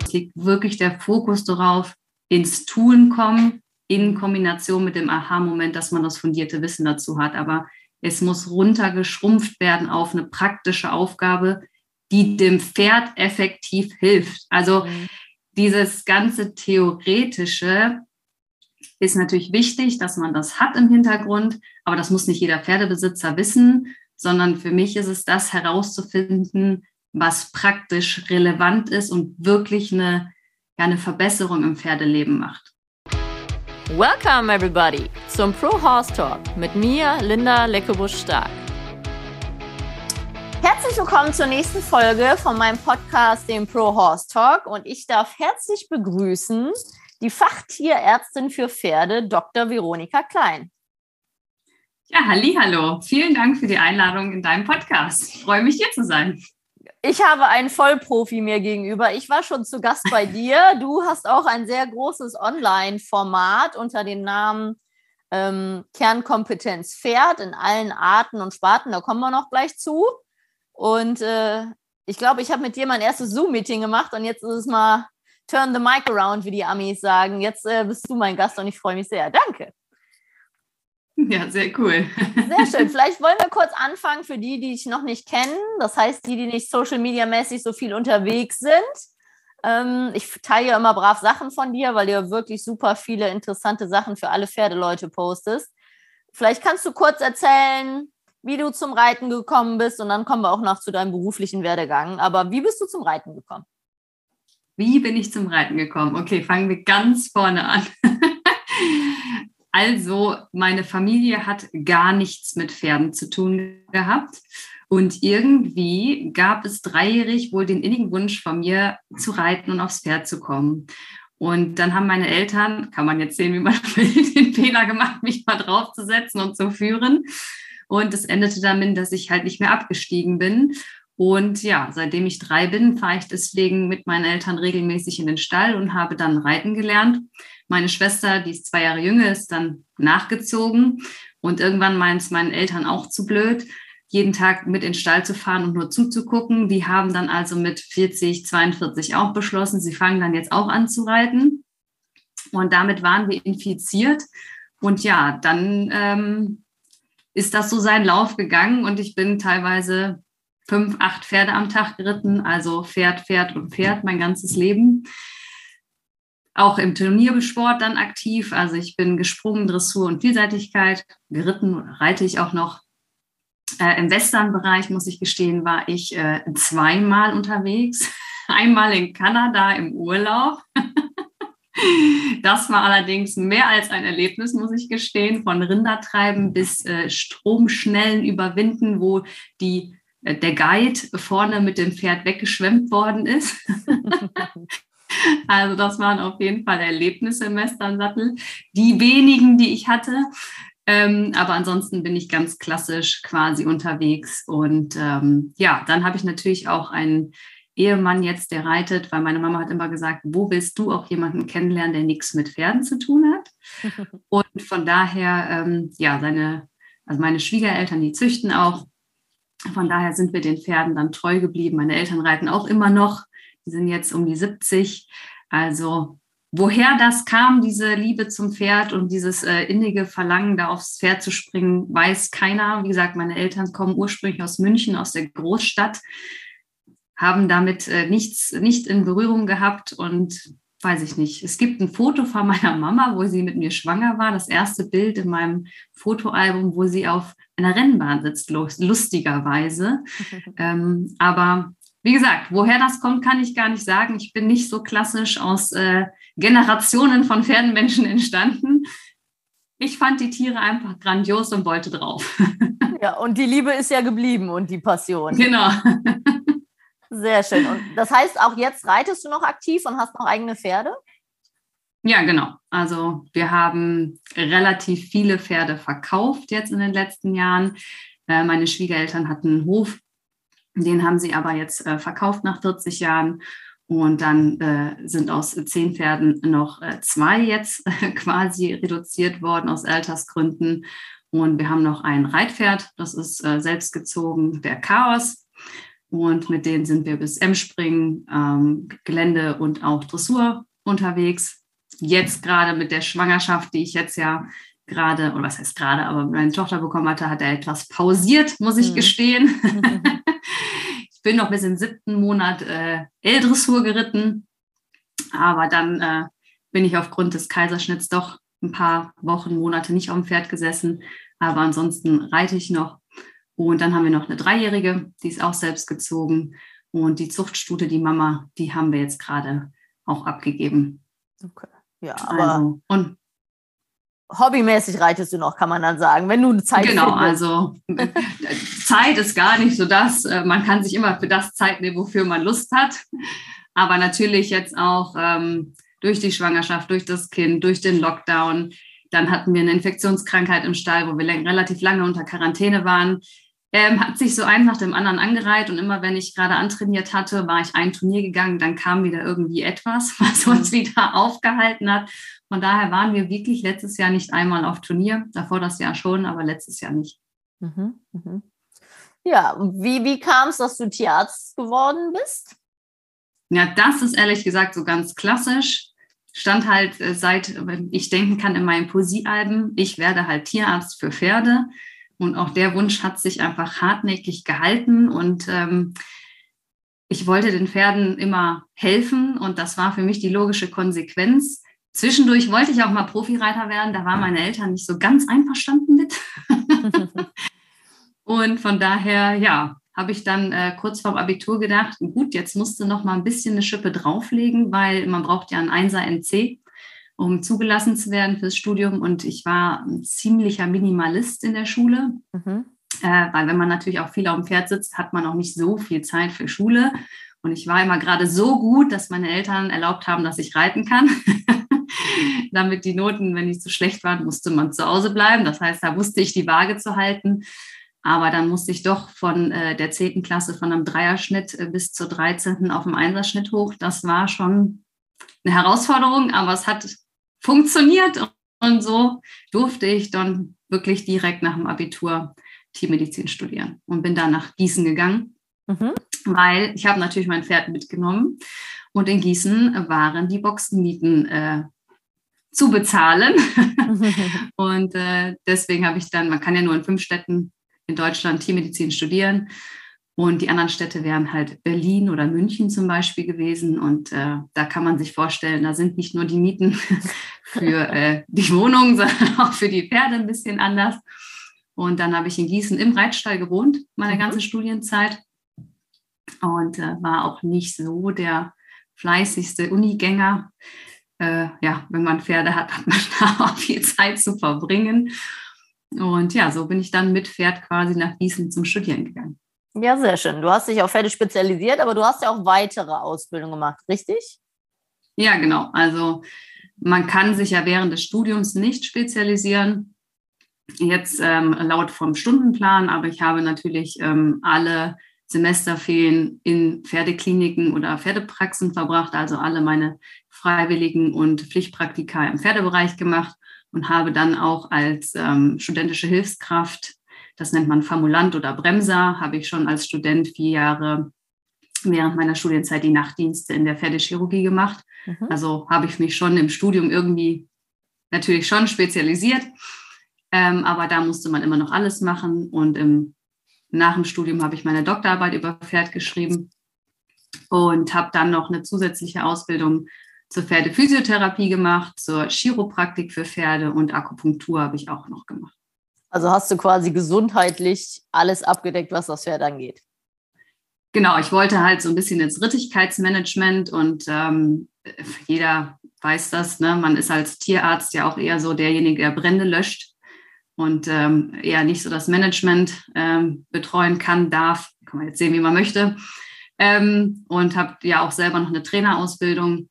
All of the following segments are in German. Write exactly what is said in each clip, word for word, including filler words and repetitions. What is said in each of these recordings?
es liegt wirklich der Fokus darauf, ins Tun kommen, in Kombination mit dem Aha-Moment, dass man das fundierte Wissen dazu hat. Aber es muss runtergeschrumpft werden auf eine praktische Aufgabe, die dem Pferd effektiv hilft. Also mhm. dieses ganze Theoretische ist natürlich wichtig, dass man das hat im Hintergrund, aber das muss nicht jeder Pferdebesitzer wissen, sondern für mich ist es das herauszufinden, was praktisch relevant ist und wirklich eine, ja, eine Verbesserung im Pferdeleben macht. Welcome everybody zum Pro Horse Talk mit mir, Linda Leckebusch-Stark. Herzlich willkommen zur nächsten Folge von meinem Podcast, dem Pro Horse Talk, und ich darf herzlich begrüßen die Fachtierärztin für Pferde, Doktor Veronika Klein. Ja, hallihallo. Vielen Dank für die Einladung in deinem Podcast. Ich freue mich, hier zu sein. Ich habe einen Vollprofi mir gegenüber. Ich war schon zu Gast bei dir. Du hast auch ein sehr großes Online-Format unter dem Namen ähm, Kernkompetenz Pferd in allen Arten und Sparten. Da kommen wir noch gleich zu. Und äh, ich glaube, ich habe mit dir mein erstes Zoom-Meeting gemacht und jetzt ist es mal turn the mic around, wie die Amis sagen. Jetzt äh, bist du mein Gast und ich freue mich sehr. Danke. Ja, sehr cool. Sehr schön. Vielleicht wollen wir kurz anfangen für die, die dich noch nicht kennen. Das heißt, die, die nicht Social-Media-mäßig so viel unterwegs sind. Ähm, ich teile ja immer brav Sachen von dir, weil du ja wirklich super viele interessante Sachen für alle Pferdeleute postest. Vielleicht kannst du kurz erzählen, wie du zum Reiten gekommen bist, und dann kommen wir auch noch zu deinem beruflichen Werdegang. Aber wie bist du zum Reiten gekommen? Wie bin ich zum Reiten gekommen? Okay, fangen wir ganz vorne an. Also, meine Familie hat gar nichts mit Pferden zu tun gehabt. Und irgendwie gab es dreijährig wohl den innigen Wunsch von mir, zu reiten und aufs Pferd zu kommen. Und dann haben meine Eltern, kann man jetzt sehen, wie man will, den Fehler gemacht, mich mal draufzusetzen und zu führen. Und es endete damit, dass ich halt nicht mehr abgestiegen bin. Und ja, seitdem ich drei bin, fahre ich deswegen mit meinen Eltern regelmäßig in den Stall und habe dann reiten gelernt. Meine Schwester, die ist zwei Jahre jünger, ist dann nachgezogen. Und irgendwann meinen es meinen Eltern auch zu blöd, jeden Tag mit in den Stall zu fahren und nur zuzugucken. Die haben dann also mit vierzig, zweiundvierzig auch beschlossen, sie fangen dann jetzt auch an zu reiten. Und damit waren wir infiziert. Und ja, dann ähm, ist das so seinen Lauf gegangen und ich bin teilweise fünf, acht Pferde am Tag geritten, also Pferd, Pferd und Pferd mein ganzes Leben. Auch im Turniersport dann aktiv, also ich bin gesprungen, Dressur und Vielseitigkeit, geritten oder reite ich auch noch. Äh, im Western-Bereich, muss ich gestehen, war ich äh, zweimal unterwegs, einmal in Kanada im Urlaub. Das war allerdings mehr als ein Erlebnis, muss ich gestehen, von Rindertreiben bis äh, Stromschnellen überwinden, wo die der Guide vorne mit dem Pferd weggeschwemmt worden ist. Also das waren auf jeden Fall Erlebnisse im Westernsattel. Die wenigen, die ich hatte. Ähm, aber ansonsten bin ich ganz klassisch quasi unterwegs. Und ähm, ja, dann habe ich natürlich auch einen Ehemann jetzt, der reitet, weil meine Mama hat immer gesagt, wo willst du auch jemanden kennenlernen, der nichts mit Pferden zu tun hat? Und von daher, ähm, ja, seine, also meine Schwiegereltern, die züchten auch. Von daher sind wir den Pferden dann treu geblieben. Meine Eltern reiten auch immer noch. Die sind jetzt um die siebzig. Also woher das kam, diese Liebe zum Pferd und dieses äh, innige Verlangen, da aufs Pferd zu springen, weiß keiner. Wie gesagt, meine Eltern kommen ursprünglich aus München, aus der Großstadt, haben damit äh, nichts, nicht in Berührung gehabt und weiß ich nicht. Es gibt ein Foto von meiner Mama, wo sie mit mir schwanger war. Das erste Bild in meinem Fotoalbum, wo sie auf einer Rennbahn sitzt, lustigerweise. ähm, aber wie gesagt, woher das kommt, kann ich gar nicht sagen. Ich bin nicht so klassisch aus äh, Generationen von Pferdenmenschen entstanden. Ich fand die Tiere einfach grandios und wollte drauf. Ja, und die Liebe ist ja geblieben und die Passion. Genau. Sehr schön. Und das heißt, auch jetzt reitest du noch aktiv und hast noch eigene Pferde? Ja, genau. Also wir haben relativ viele Pferde verkauft jetzt in den letzten Jahren. Äh, meine Schwiegereltern hatten einen Hof, den haben sie aber jetzt äh, verkauft nach vierzig Jahren. Und dann äh, sind aus zehn Pferden noch äh, zwei jetzt äh, quasi reduziert worden aus Altersgründen. Und wir haben noch ein Reitpferd, das ist äh, selbstgezogen, der Chaos. Und mit denen sind wir bis Emspringen, ähm, Gelände und auch Dressur unterwegs. Jetzt gerade mit der Schwangerschaft, die ich jetzt ja gerade, oder was heißt gerade, aber meine Tochter bekommen hatte, hat er etwas pausiert, muss ich mhm. gestehen. Ich bin noch bis im siebten Monat äh, L-Dressur geritten, aber dann äh, bin ich aufgrund des Kaiserschnitts doch ein paar Wochen, Monate nicht auf dem Pferd gesessen, aber ansonsten reite ich noch. Und dann haben wir noch eine Dreijährige, die ist auch selbst gezogen. Und die Zuchtstute, die Mama, die haben wir jetzt gerade auch abgegeben. Okay, ja, aber also, und hobbymäßig reitest du noch, kann man dann sagen, wenn du eine Zeit genau, findest. Also Zeit ist gar nicht so das. Man kann sich immer für das Zeit nehmen, wofür man Lust hat. Aber natürlich jetzt auch ähm, durch die Schwangerschaft, durch das Kind, durch den Lockdown. Dann hatten wir eine Infektionskrankheit im Stall, wo wir relativ lange unter Quarantäne waren. Ähm, hat sich so eins nach dem anderen angereiht und immer, wenn ich gerade antrainiert hatte, war ich ein Turnier gegangen, dann kam wieder irgendwie etwas, was uns wieder aufgehalten hat. Von daher waren wir wirklich letztes Jahr nicht einmal auf Turnier, davor das Jahr schon, aber letztes Jahr nicht. Mhm, mhm. Ja, wie, wie kam es, dass du Tierarzt geworden bist? Ja, das ist ehrlich gesagt so ganz klassisch. Stand halt äh, seit ich denken kann in meinen Poesiealben, ich werde halt Tierarzt für Pferde. Und auch der Wunsch hat sich einfach hartnäckig gehalten. Und ähm, ich wollte den Pferden immer helfen. Und das war für mich die logische Konsequenz. Zwischendurch wollte ich auch mal Profireiter werden. Da waren meine Eltern nicht so ganz einverstanden mit. Und von daher, ja, habe ich dann äh, kurz vorm Abitur gedacht, gut, jetzt musst du noch mal ein bisschen eine Schippe drauflegen, weil man braucht ja einen Einser N C, um zugelassen zu werden fürs Studium. Und ich war ein ziemlicher Minimalist in der Schule, mhm. äh, weil wenn man natürlich auch viel auf dem Pferd sitzt, hat man auch nicht so viel Zeit für Schule. Und ich war immer gerade so gut, dass meine Eltern erlaubt haben, dass ich reiten kann. Damit die Noten, wenn die zu schlecht waren, musste man zu Hause bleiben. Das heißt, da wusste ich die Waage zu halten. Aber dann musste ich doch von äh, der zehnten Klasse von einem Dreierschnitt äh, bis zur dreizehnten auf dem Einserschnitt hoch. Das war schon eine Herausforderung, aber es hat funktioniert. Und so durfte ich dann wirklich direkt nach dem Abitur Tiermedizin studieren und bin dann nach Gießen gegangen, mhm. weil ich habe natürlich mein Pferd mitgenommen. Und in Gießen waren die Boxenmieten äh, zu bezahlen. Und äh, deswegen habe ich dann, man kann ja nur in fünf Städten in Deutschland Tiermedizin studieren. Und die anderen Städte wären halt Berlin oder München zum Beispiel gewesen. Und äh, da kann man sich vorstellen, da sind nicht nur die Mieten für äh, die Wohnung, sondern auch für die Pferde ein bisschen anders. Und dann habe ich in Gießen im Reitstall gewohnt, meine mhm. ganze Studienzeit. Und äh, war auch nicht so der fleißigste Unigänger. Äh, ja, wenn man Pferde hat, hat man da auch viel Zeit zu verbringen. Und ja, so bin ich dann mit Pferd quasi nach Gießen zum Studieren gegangen. Ja, sehr schön. Du hast dich auf Pferde spezialisiert, aber du hast ja auch weitere Ausbildungen gemacht, richtig? Ja, genau. Also man kann sich ja während des Studiums nicht spezialisieren. Jetzt ähm, laut vom Stundenplan, aber ich habe natürlich ähm, alle Semesterferien in Pferdekliniken oder Pferdepraxen verbracht, also alle meine Freiwilligen- und Pflichtpraktika im Pferdebereich gemacht und habe dann auch als ähm, studentische Hilfskraft, das nennt man Formulant oder Bremser, habe ich schon als Student vier Jahre während meiner Studienzeit die Nachtdienste in der Pferdechirurgie gemacht. Mhm. Also habe ich mich schon im Studium irgendwie natürlich schon spezialisiert, ähm, aber da musste man immer noch alles machen und im Nach dem Studium habe ich meine Doktorarbeit über Pferd geschrieben und habe dann noch eine zusätzliche Ausbildung zur Pferdephysiotherapie gemacht, zur Chiropraktik für Pferde und Akupunktur habe ich auch noch gemacht. Also hast du quasi gesundheitlich alles abgedeckt, was das Pferd angeht? Genau, ich wollte halt so ein bisschen ins Rittigkeitsmanagement und ähm, jeder weiß das, ne? Man ist als Tierarzt ja auch eher so derjenige, der Brände löscht. Und ähm, eher nicht so das Management ähm, betreuen kann, darf, kann man jetzt sehen, wie man möchte. Ähm, und habe ja auch selber noch eine Trainerausbildung.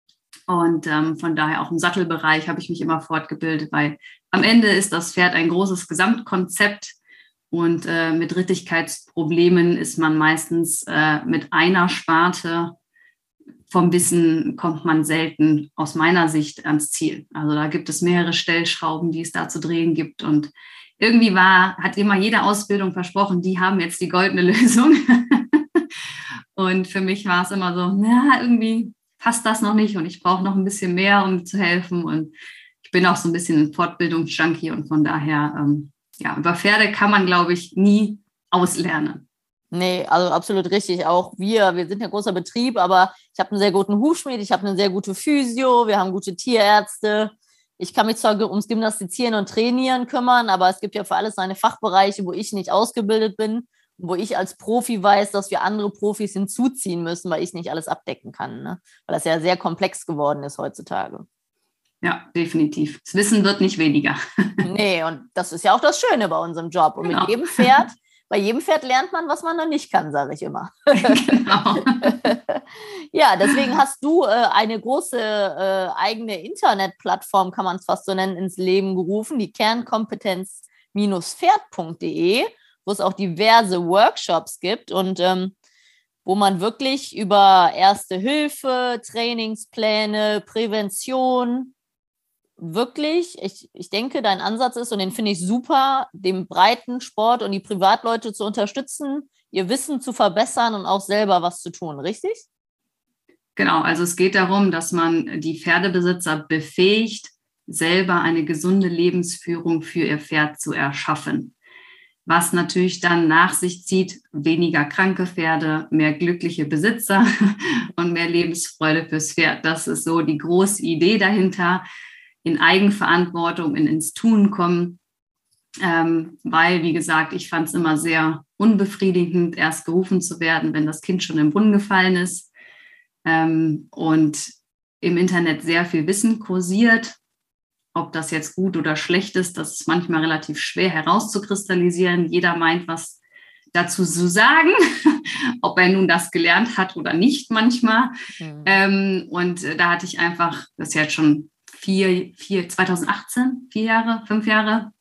Und ähm, von daher auch im Sattelbereich habe ich mich immer fortgebildet, weil am Ende ist das Pferd ein großes Gesamtkonzept. Und äh, mit Rittigkeitsproblemen ist man meistens äh, mit einer Sparte vom Wissen kommt man selten aus meiner Sicht ans Ziel. Also da gibt es mehrere Stellschrauben, die es da zu drehen gibt. Und irgendwie war, hat immer jede Ausbildung versprochen, die haben jetzt die goldene Lösung. Und für mich war es immer so, na, irgendwie passt das noch nicht und ich brauche noch ein bisschen mehr, um zu helfen. Und ich bin auch so ein bisschen ein Fortbildungsjunkie und von daher, ähm, ja, über Pferde kann man, glaube ich, nie auslernen. Nee, also absolut richtig. Auch wir, wir sind ja ein großer Betrieb, aber ich habe einen sehr guten Hufschmied, ich habe eine sehr gute Physio, wir haben gute Tierärzte. Ich kann mich zwar ums Gymnastizieren und Trainieren kümmern, aber es gibt ja für alles seine Fachbereiche, wo ich nicht ausgebildet bin, wo ich als Profi weiß, dass wir andere Profis hinzuziehen müssen, weil ich nicht alles abdecken kann, ne? Weil das ja sehr komplex geworden ist heutzutage. Ja, definitiv. Das Wissen wird nicht weniger. Nee, und das ist ja auch das Schöne bei unserem Job. Und genau. mit jedem Pferd, bei jedem Pferd lernt man, was man noch nicht kann, sage ich immer. Genau. Ja, deswegen hast du äh, eine große äh, eigene Internetplattform, kann man es fast so nennen, ins Leben gerufen, die kernkompetenz Pferd punkt de, wo es auch diverse Workshops gibt und ähm, wo man wirklich über Erste Hilfe, Trainingspläne, Prävention, wirklich, ich, ich denke, dein Ansatz ist, und den finde ich super, den breiten Sport und die Privatleute zu unterstützen, ihr Wissen zu verbessern und auch selber was zu tun, richtig? Genau, also es geht darum, dass man die Pferdebesitzer befähigt, selber eine gesunde Lebensführung für ihr Pferd zu erschaffen. Was natürlich dann nach sich zieht, weniger kranke Pferde, mehr glückliche Besitzer und mehr Lebensfreude fürs Pferd. Das ist so die große Idee dahinter. In Eigenverantwortung, in ins Tun kommen, ähm, weil, wie gesagt, ich fand es immer sehr unbefriedigend, erst gerufen zu werden, wenn das Kind schon im Brunnen gefallen ist. Ähm, und im Internet sehr viel Wissen kursiert. Ob das jetzt gut oder schlecht ist, das ist manchmal relativ schwer herauszukristallisieren. Jeder meint, was dazu zu sagen, ob er nun das gelernt hat oder nicht manchmal. Mhm. Ähm, und da hatte ich einfach, das ist jetzt schon vier, vier, zwanzig achtzehn, vier Jahre, fünf Jahre,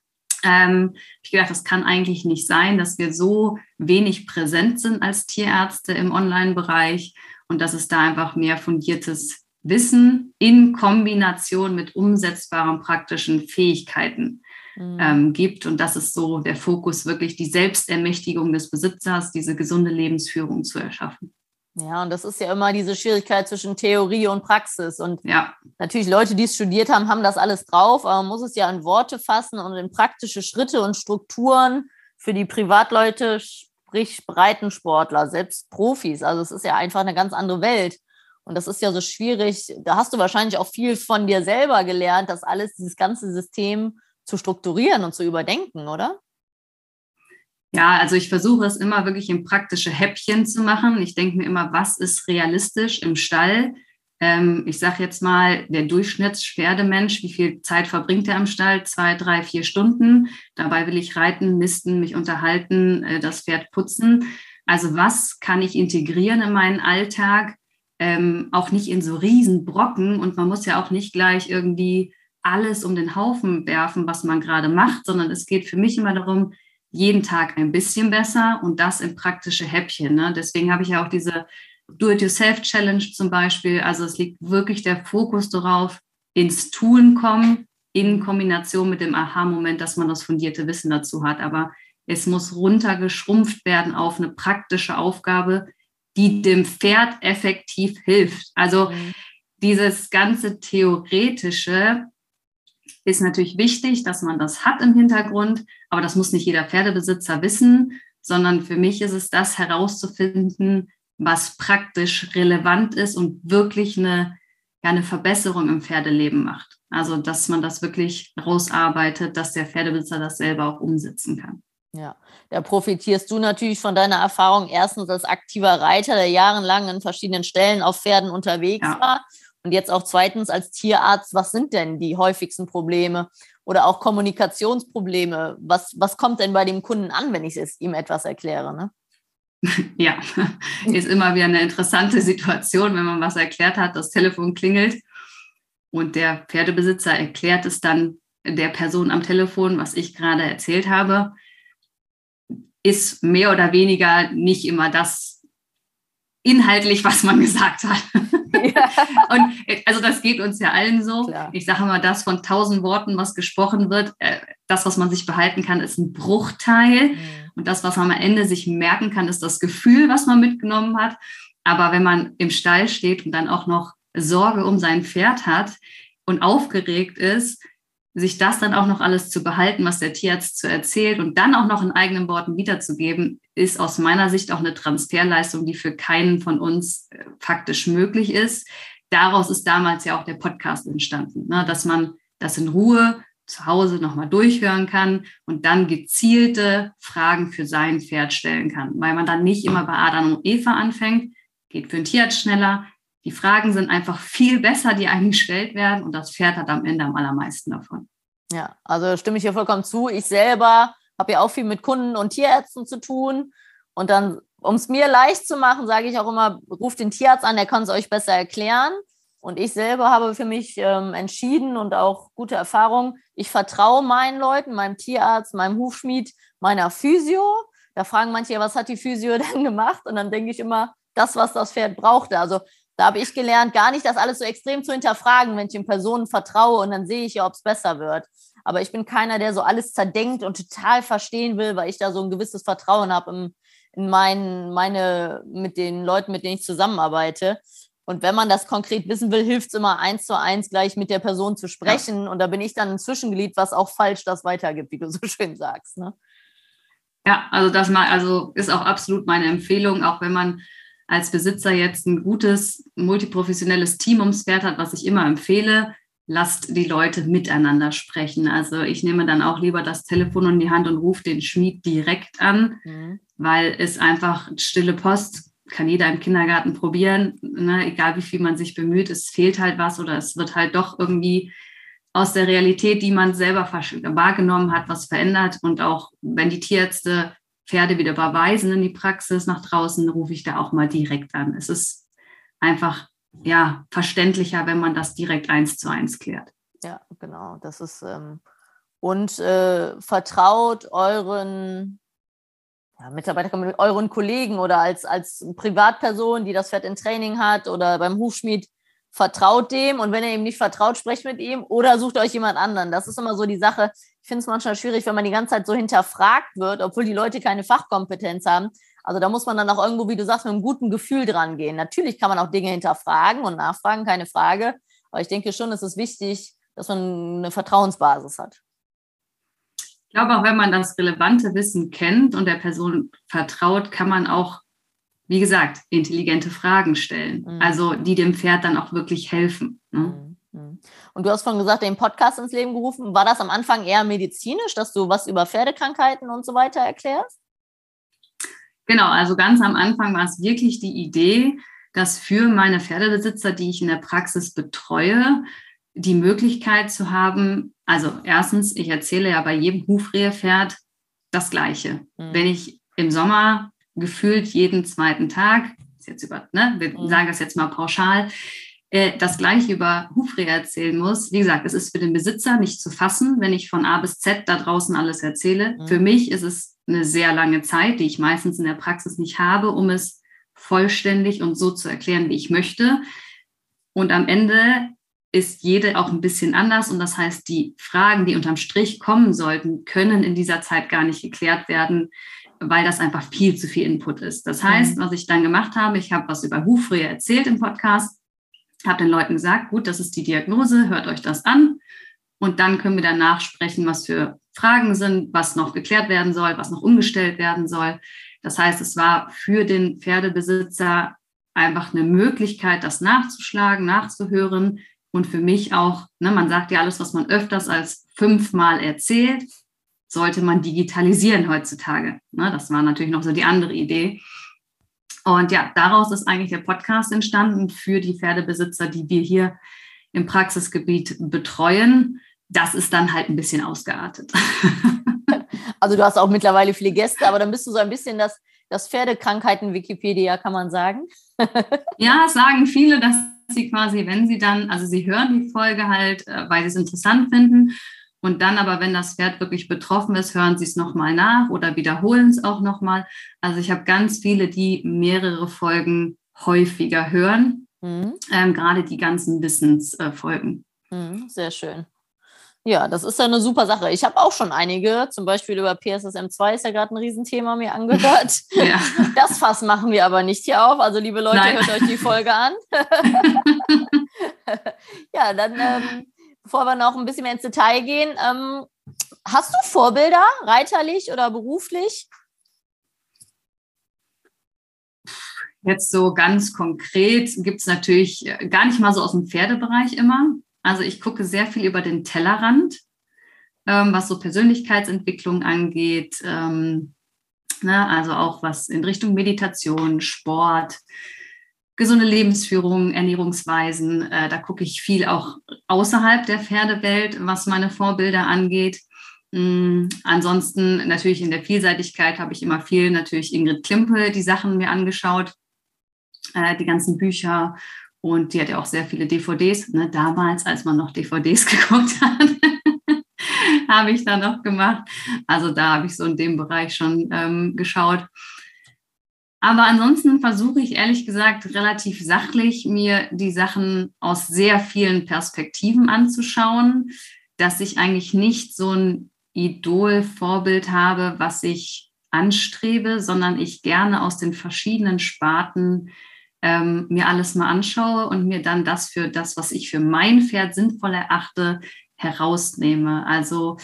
ähm, ich gedacht, das kann eigentlich nicht sein, dass wir so wenig präsent sind als Tierärzte im Online-Bereich und dass es da einfach mehr fundiertes Wissen in Kombination mit umsetzbaren praktischen Fähigkeiten mhm. ähm, gibt. Und das ist so der Fokus, wirklich die Selbstermächtigung des Besitzers, diese gesunde Lebensführung zu erschaffen. Ja, und das ist ja immer diese Schwierigkeit zwischen Theorie und Praxis. Und ja. natürlich Leute, die es studiert haben, haben das alles drauf, aber man muss es ja in Worte fassen und in praktische Schritte und Strukturen für die Privatleute, sprich Breitensportler, selbst Profis. Also es ist ja einfach eine ganz andere Welt. Und das ist ja so schwierig. Da hast du wahrscheinlich auch viel von dir selber gelernt, das alles, dieses ganze System zu strukturieren und zu überdenken, oder? Ja, also ich versuche es immer wirklich in praktische Häppchen zu machen. Ich denke mir immer, was ist realistisch im Stall? Ähm, ich sage jetzt mal, der Durchschnittspferdemensch, wie viel Zeit verbringt er im Stall? Zwei, drei, vier Stunden. Dabei will ich reiten, nisten, mich unterhalten, äh, das Pferd putzen. Also was kann ich integrieren in meinen Alltag? Ähm, auch nicht in so riesen Brocken. Und man muss ja auch nicht gleich irgendwie alles um den Haufen werfen, was man gerade macht, sondern es geht für mich immer darum, jeden Tag ein bisschen besser und das in praktische Häppchen. Ne? Deswegen habe ich ja auch diese Do-it-yourself-Challenge zum Beispiel. Also es liegt wirklich der Fokus darauf, ins Tun kommen, in Kombination mit dem Aha-Moment, dass man das fundierte Wissen dazu hat. Aber es muss runtergeschrumpft werden auf eine praktische Aufgabe, die dem Pferd effektiv hilft. Also mhm. dieses ganze Theoretische ist natürlich wichtig, dass man das hat im Hintergrund, aber das muss nicht jeder Pferdebesitzer wissen, sondern für mich ist es das herauszufinden, was praktisch relevant ist und wirklich eine, ja, eine Verbesserung im Pferdeleben macht. Also, dass man das wirklich rausarbeitet, dass der Pferdebesitzer das selber auch umsetzen kann. Ja, da profitierst du natürlich von deiner Erfahrung erstens als aktiver Reiter, der jahrelang in verschiedenen Stellen auf Pferden unterwegs ja. war. Und jetzt auch zweitens als Tierarzt, was sind denn die häufigsten Probleme oder auch Kommunikationsprobleme? Was, was kommt denn bei dem Kunden an, wenn ich es ihm etwas erkläre? Ne? Ja, ist immer wieder eine interessante Situation, wenn man was erklärt hat, das Telefon klingelt und der Pferdebesitzer erklärt es dann der Person am Telefon, was ich gerade erzählt habe, ist mehr oder weniger nicht immer das inhaltlich, was man gesagt hat. Ja. Und also das geht uns ja allen so. Klar. Ich sage immer, das von tausend Worten, was gesprochen wird, äh, das, was man sich behalten kann, ist ein Bruchteil. Mhm. Und das, was man am Ende sich merken kann, ist das Gefühl, was man mitgenommen hat. Aber wenn man im Stall steht und dann auch noch Sorge um sein Pferd hat und aufgeregt ist, sich das dann auch noch alles zu behalten, was der Tierarzt zu erzählt und dann auch noch in eigenen Worten wiederzugeben, ist aus meiner Sicht auch eine Transferleistung, die für keinen von uns faktisch möglich ist. Daraus ist damals ja auch der Podcast entstanden, ne? Dass man das in Ruhe zu Hause nochmal durchhören kann und dann gezielte Fragen für sein Pferd stellen kann, weil man dann nicht immer bei Adam und Eva anfängt, geht für den Tierarzt schneller. Die Fragen sind einfach viel besser, die einem gestellt werden und das Pferd hat am Ende am allermeisten davon. Ja, also stimme ich hier vollkommen zu. Ich selber habe ja auch viel mit Kunden und Tierärzten zu tun und dann, um es mir leicht zu machen, sage ich auch immer, ruft den Tierarzt an, der kann es euch besser erklären. Und ich selber habe für mich ähm, entschieden und auch gute Erfahrungen, ich vertraue meinen Leuten, meinem Tierarzt, meinem Hufschmied, meiner Physio. Da fragen manche, was hat die Physio denn gemacht? Und dann denke ich immer, das, was das Pferd brauchte. Also da habe ich gelernt, gar nicht das alles so extrem zu hinterfragen, wenn ich den Personen vertraue und dann sehe ich ja, ob es besser wird. Aber ich bin keiner, der so alles zerdenkt und total verstehen will, weil ich da so ein gewisses Vertrauen habe in, in mein, meine, mit den Leuten, mit denen ich zusammenarbeite. Und wenn man das konkret wissen will, hilft es immer eins zu eins gleich mit der Person zu sprechen. Ja. Und da bin ich dann ein Zwischenglied, was auch falsch das weitergibt, wie du so schön sagst. Ne? Ja, also das mal, also ist auch absolut meine Empfehlung, auch wenn man als Besitzer jetzt ein gutes, multiprofessionelles Team ums Pferd hat, was ich immer empfehle, lasst die Leute miteinander sprechen. Also ich nehme dann auch lieber das Telefon in die Hand und rufe den Schmied direkt an, mhm. weil es einfach stille Post kann jeder im Kindergarten probieren, ne? Egal wie viel man sich bemüht, es fehlt halt was oder es wird halt doch irgendwie aus der Realität, die man selber wahrgenommen hat, was verändert. Und auch wenn die Tierärzte Pferde wieder überweisen in die Praxis nach draußen, rufe ich da auch mal direkt an. Es ist einfach ja verständlicher, wenn man das direkt eins zu eins klärt. Ja, genau. Das ist ähm, und äh, vertraut euren ja, Mitarbeiter, mit euren Kollegen oder als, als Privatperson, die das Pferd im Training hat oder beim Hufschmied, vertraut dem und wenn ihr ihm nicht vertraut, sprecht mit ihm oder sucht euch jemand anderen. Das ist immer so die Sache. Ich finde es manchmal schwierig, wenn man die ganze Zeit so hinterfragt wird, obwohl die Leute keine Fachkompetenz haben. Also da muss man dann auch irgendwo, wie du sagst, mit einem guten Gefühl dran gehen. Natürlich kann man auch Dinge hinterfragen und nachfragen, keine Frage. Aber ich denke schon, es ist wichtig, dass man eine Vertrauensbasis hat. Ich glaube, auch wenn man das relevante Wissen kennt und der Person vertraut, kann man auch, wie gesagt, intelligente Fragen stellen. Mhm. Also die dem Pferd dann auch wirklich helfen. Ne? Mhm. Und du hast vorhin gesagt, den Podcast ins Leben gerufen. War das am Anfang eher medizinisch, dass du was über Pferdekrankheiten und so weiter erklärst? Genau, also ganz am Anfang war es wirklich die Idee, dass für meine Pferdebesitzer, die ich in der Praxis betreue, die Möglichkeit zu haben, also erstens, ich erzähle ja bei jedem Hufrehepferd das Gleiche. Mhm. Wenn ich im Sommer gefühlt jeden zweiten Tag, ist jetzt über, ne, wir mhm. sagen das jetzt mal pauschal, äh, das Gleiche über Hufrehe erzählen muss. Wie gesagt, es ist für den Besitzer nicht zu fassen, wenn ich von A bis Z da draußen alles erzähle. Mhm. Für mich ist es eine sehr lange Zeit, die ich meistens in der Praxis nicht habe, um es vollständig und so zu erklären, wie ich möchte. Und am Ende ist jede auch ein bisschen anders. Und das heißt, die Fragen, die unterm Strich kommen sollten, können in dieser Zeit gar nicht geklärt werden, weil das einfach viel zu viel Input ist. Das heißt, was ich dann gemacht habe, ich habe was über Hufrehe erzählt im Podcast, habe den Leuten gesagt, gut, das ist die Diagnose, hört euch das an. Und dann können wir danach sprechen, was für Fragen sind, was noch geklärt werden soll, was noch umgestellt werden soll. Das heißt, es war für den Pferdebesitzer einfach eine Möglichkeit, das nachzuschlagen, nachzuhören. Und für mich auch, ne, man sagt ja, alles, was man öfters als fünfmal erzählt, sollte man digitalisieren heutzutage. Ne, das war natürlich noch so die andere Idee. Und ja, daraus ist eigentlich der Podcast entstanden für die Pferdebesitzer, die wir hier im Praxisgebiet betreuen. Das ist dann halt ein bisschen ausgeartet. Also du hast auch mittlerweile viele Gäste, aber dann bist du so ein bisschen das, das Pferdekrankheiten-Wikipedia, kann man sagen. Ja, sagen viele, dass sie quasi, wenn sie dann, also sie hören die Folge halt, weil sie es interessant finden und dann aber, wenn das Pferd wirklich betroffen ist, hören sie es nochmal nach oder wiederholen es auch nochmal. Also ich habe ganz viele, die mehrere Folgen häufiger hören, mhm. ähm, gerade die ganzen Wissensfolgen. Mhm, sehr schön. Ja, das ist ja eine super Sache. Ich habe auch schon einige, zum Beispiel über P S S M zwei ist ja gerade ein Riesenthema, mir angehört. Ja. Das Fass machen wir aber nicht hier auf. Also liebe Leute, Nein. Hört euch die Folge an. Ja, dann, ähm, bevor wir noch ein bisschen mehr ins Detail gehen, ähm, hast du Vorbilder, reiterlich oder beruflich? Jetzt so ganz konkret gibt es natürlich gar nicht mal so aus dem Pferdebereich immer. Also ich gucke sehr viel über den Tellerrand, ähm, was so Persönlichkeitsentwicklung angeht, ähm, ne, also auch was in Richtung Meditation, Sport, gesunde Lebensführung, Ernährungsweisen. Äh, da gucke ich viel auch außerhalb der Pferdewelt, was meine Vorbilder angeht. Ähm, ansonsten natürlich in der Vielseitigkeit habe ich immer viel natürlich Ingrid Klimpe die Sachen mir angeschaut, äh, die ganzen Bücher. Und die hat ja auch sehr viele D V Ds. Ne? Damals, als man noch D V Ds geguckt hat, habe ich da noch gemacht. Also da habe ich so in dem Bereich schon ähm, geschaut. Aber ansonsten versuche ich ehrlich gesagt relativ sachlich, mir die Sachen aus sehr vielen Perspektiven anzuschauen, dass ich eigentlich nicht so ein Idol-Vorbild habe, was ich anstrebe, sondern ich gerne aus den verschiedenen Sparten Ähm, mir alles mal anschaue und mir dann das für das, was ich für mein Pferd sinnvoll erachte, herausnehme. Also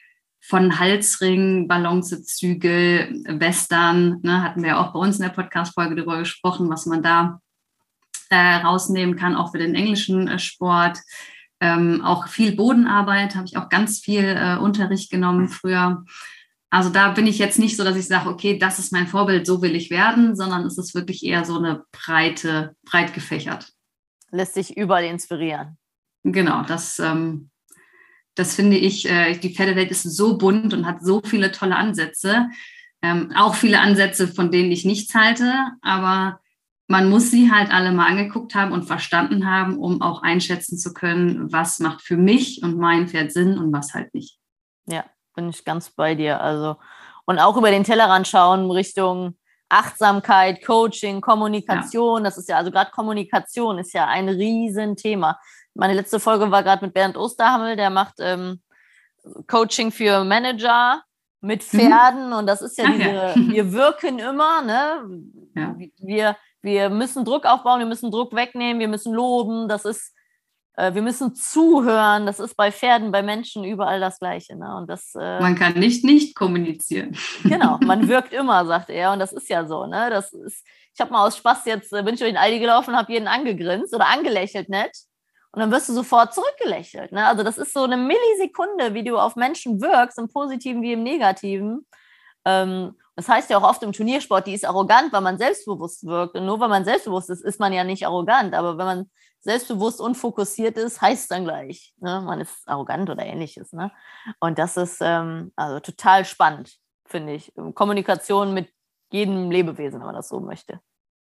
von Halsring, Balancezügel, Western, ne, hatten wir ja auch bei uns in der Podcast-Folge darüber gesprochen, was man da äh, rausnehmen kann, auch für den englischen äh, Sport. Ähm, auch viel Bodenarbeit, habe ich auch ganz viel äh, Unterricht genommen früher. Also da bin ich jetzt nicht so, dass ich sage, okay, das ist mein Vorbild, so will ich werden, sondern es ist wirklich eher so eine breite, breit gefächert. Lässt sich überall inspirieren. Genau, das, ähm, das finde ich, äh, die Pferdewelt ist so bunt und hat so viele tolle Ansätze. Ähm, auch viele Ansätze, von denen ich nichts halte, aber man muss sie halt alle mal angeguckt haben und verstanden haben, um auch einschätzen zu können, was macht für mich und mein Pferd Sinn und was halt nicht. Ja. Bin ich ganz bei dir. Also, und auch über den Tellerrand schauen Richtung Achtsamkeit, Coaching, Kommunikation. Ja. Das ist ja, also gerade Kommunikation ist ja ein Riesenthema. Meine letzte Folge war gerade mit Bernd Osterhammel, der macht ähm, Coaching für Manager mit Pferden. Mhm. Und das ist ja diese, ja. wir wirken immer, ne? Ja. Wir, wir müssen Druck aufbauen, wir müssen Druck wegnehmen, wir müssen loben. Das ist Wir müssen zuhören, das ist bei Pferden, bei Menschen überall das Gleiche. Ne? Und das, äh, man kann nicht nicht kommunizieren. Genau, man wirkt immer, sagt er. Und das ist ja so. Ne? Das ist, ich habe mal aus Spaß jetzt, bin ich durch den Aldi gelaufen und habe jeden angegrinst oder angelächelt, nett. Und dann wirst du sofort zurückgelächelt. Ne? Also das ist so eine Millisekunde, wie du auf Menschen wirkst, im Positiven wie im Negativen. Ähm, das heißt ja auch oft im Turniersport, die ist arrogant, weil man selbstbewusst wirkt. Und nur weil man selbstbewusst ist, ist man ja nicht arrogant. Aber wenn man selbstbewusst und fokussiert ist, heißt es dann gleich, ne? Man ist arrogant oder ähnliches. Ne? Und das ist ähm, also total spannend, finde ich. Kommunikation mit jedem Lebewesen, wenn man das so möchte.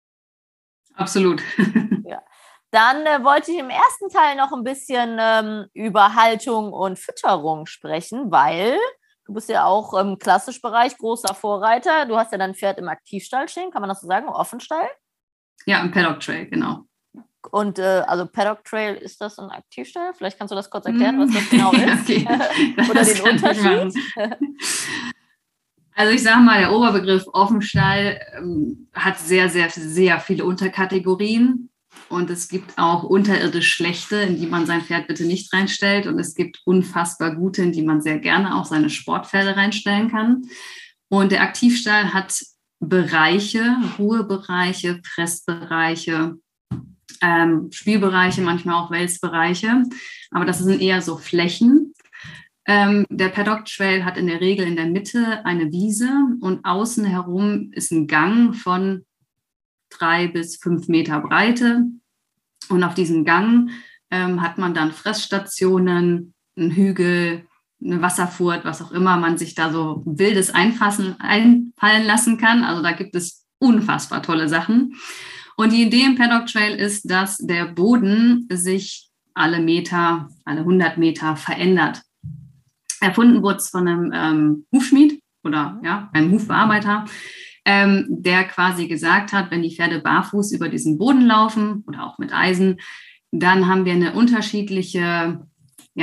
Absolut. Ja. Dann äh, wollte ich im ersten Teil noch ein bisschen ähm, über Haltung und Fütterung sprechen, weil du bist ja auch im klassischen Bereich großer Vorreiter. Du hast ja dein Pferd im Aktivstall stehen, kann man das so sagen, im Offenstall? Ja, im Paddock Trail, genau. Und äh, also Paddock Trail, ist das ein Aktivstall? Vielleicht kannst du das kurz erklären, was das genau ist. Okay. Oder den Unterschied? Also ich sage mal, der Oberbegriff Offenstall ähm, hat sehr, sehr, sehr viele Unterkategorien. Und es gibt auch unterirdisch schlechte, in die man sein Pferd bitte nicht reinstellt. Und es gibt unfassbar gute, in die man sehr gerne auch seine Sportpferde reinstellen kann. Und der Aktivstall hat Bereiche, Ruhebereiche, Fressbereiche, ähm, Spielbereiche, manchmal auch Wälzbereiche. Aber das sind eher so Flächen. Ähm, der Paddock Trail hat in der Regel in der Mitte eine Wiese und außen herum ist ein Gang von drei bis fünf Meter Breite. Und auf diesem Gang ähm, hat man dann Fressstationen, einen Hügel, eine Wasserfurt, was auch immer man sich da so wildes einfassen, einfallen lassen kann. Also da gibt es unfassbar tolle Sachen. Und die Idee im Paddock Trail ist, dass der Boden sich alle Meter, alle hundert Meter verändert. Erfunden wurde es von einem ähm, Hufschmied oder ja, einem Hufbearbeiter, ähm, der quasi gesagt hat, wenn die Pferde barfuß über diesen Boden laufen oder auch mit Eisen, dann haben wir eine unterschiedliche ja,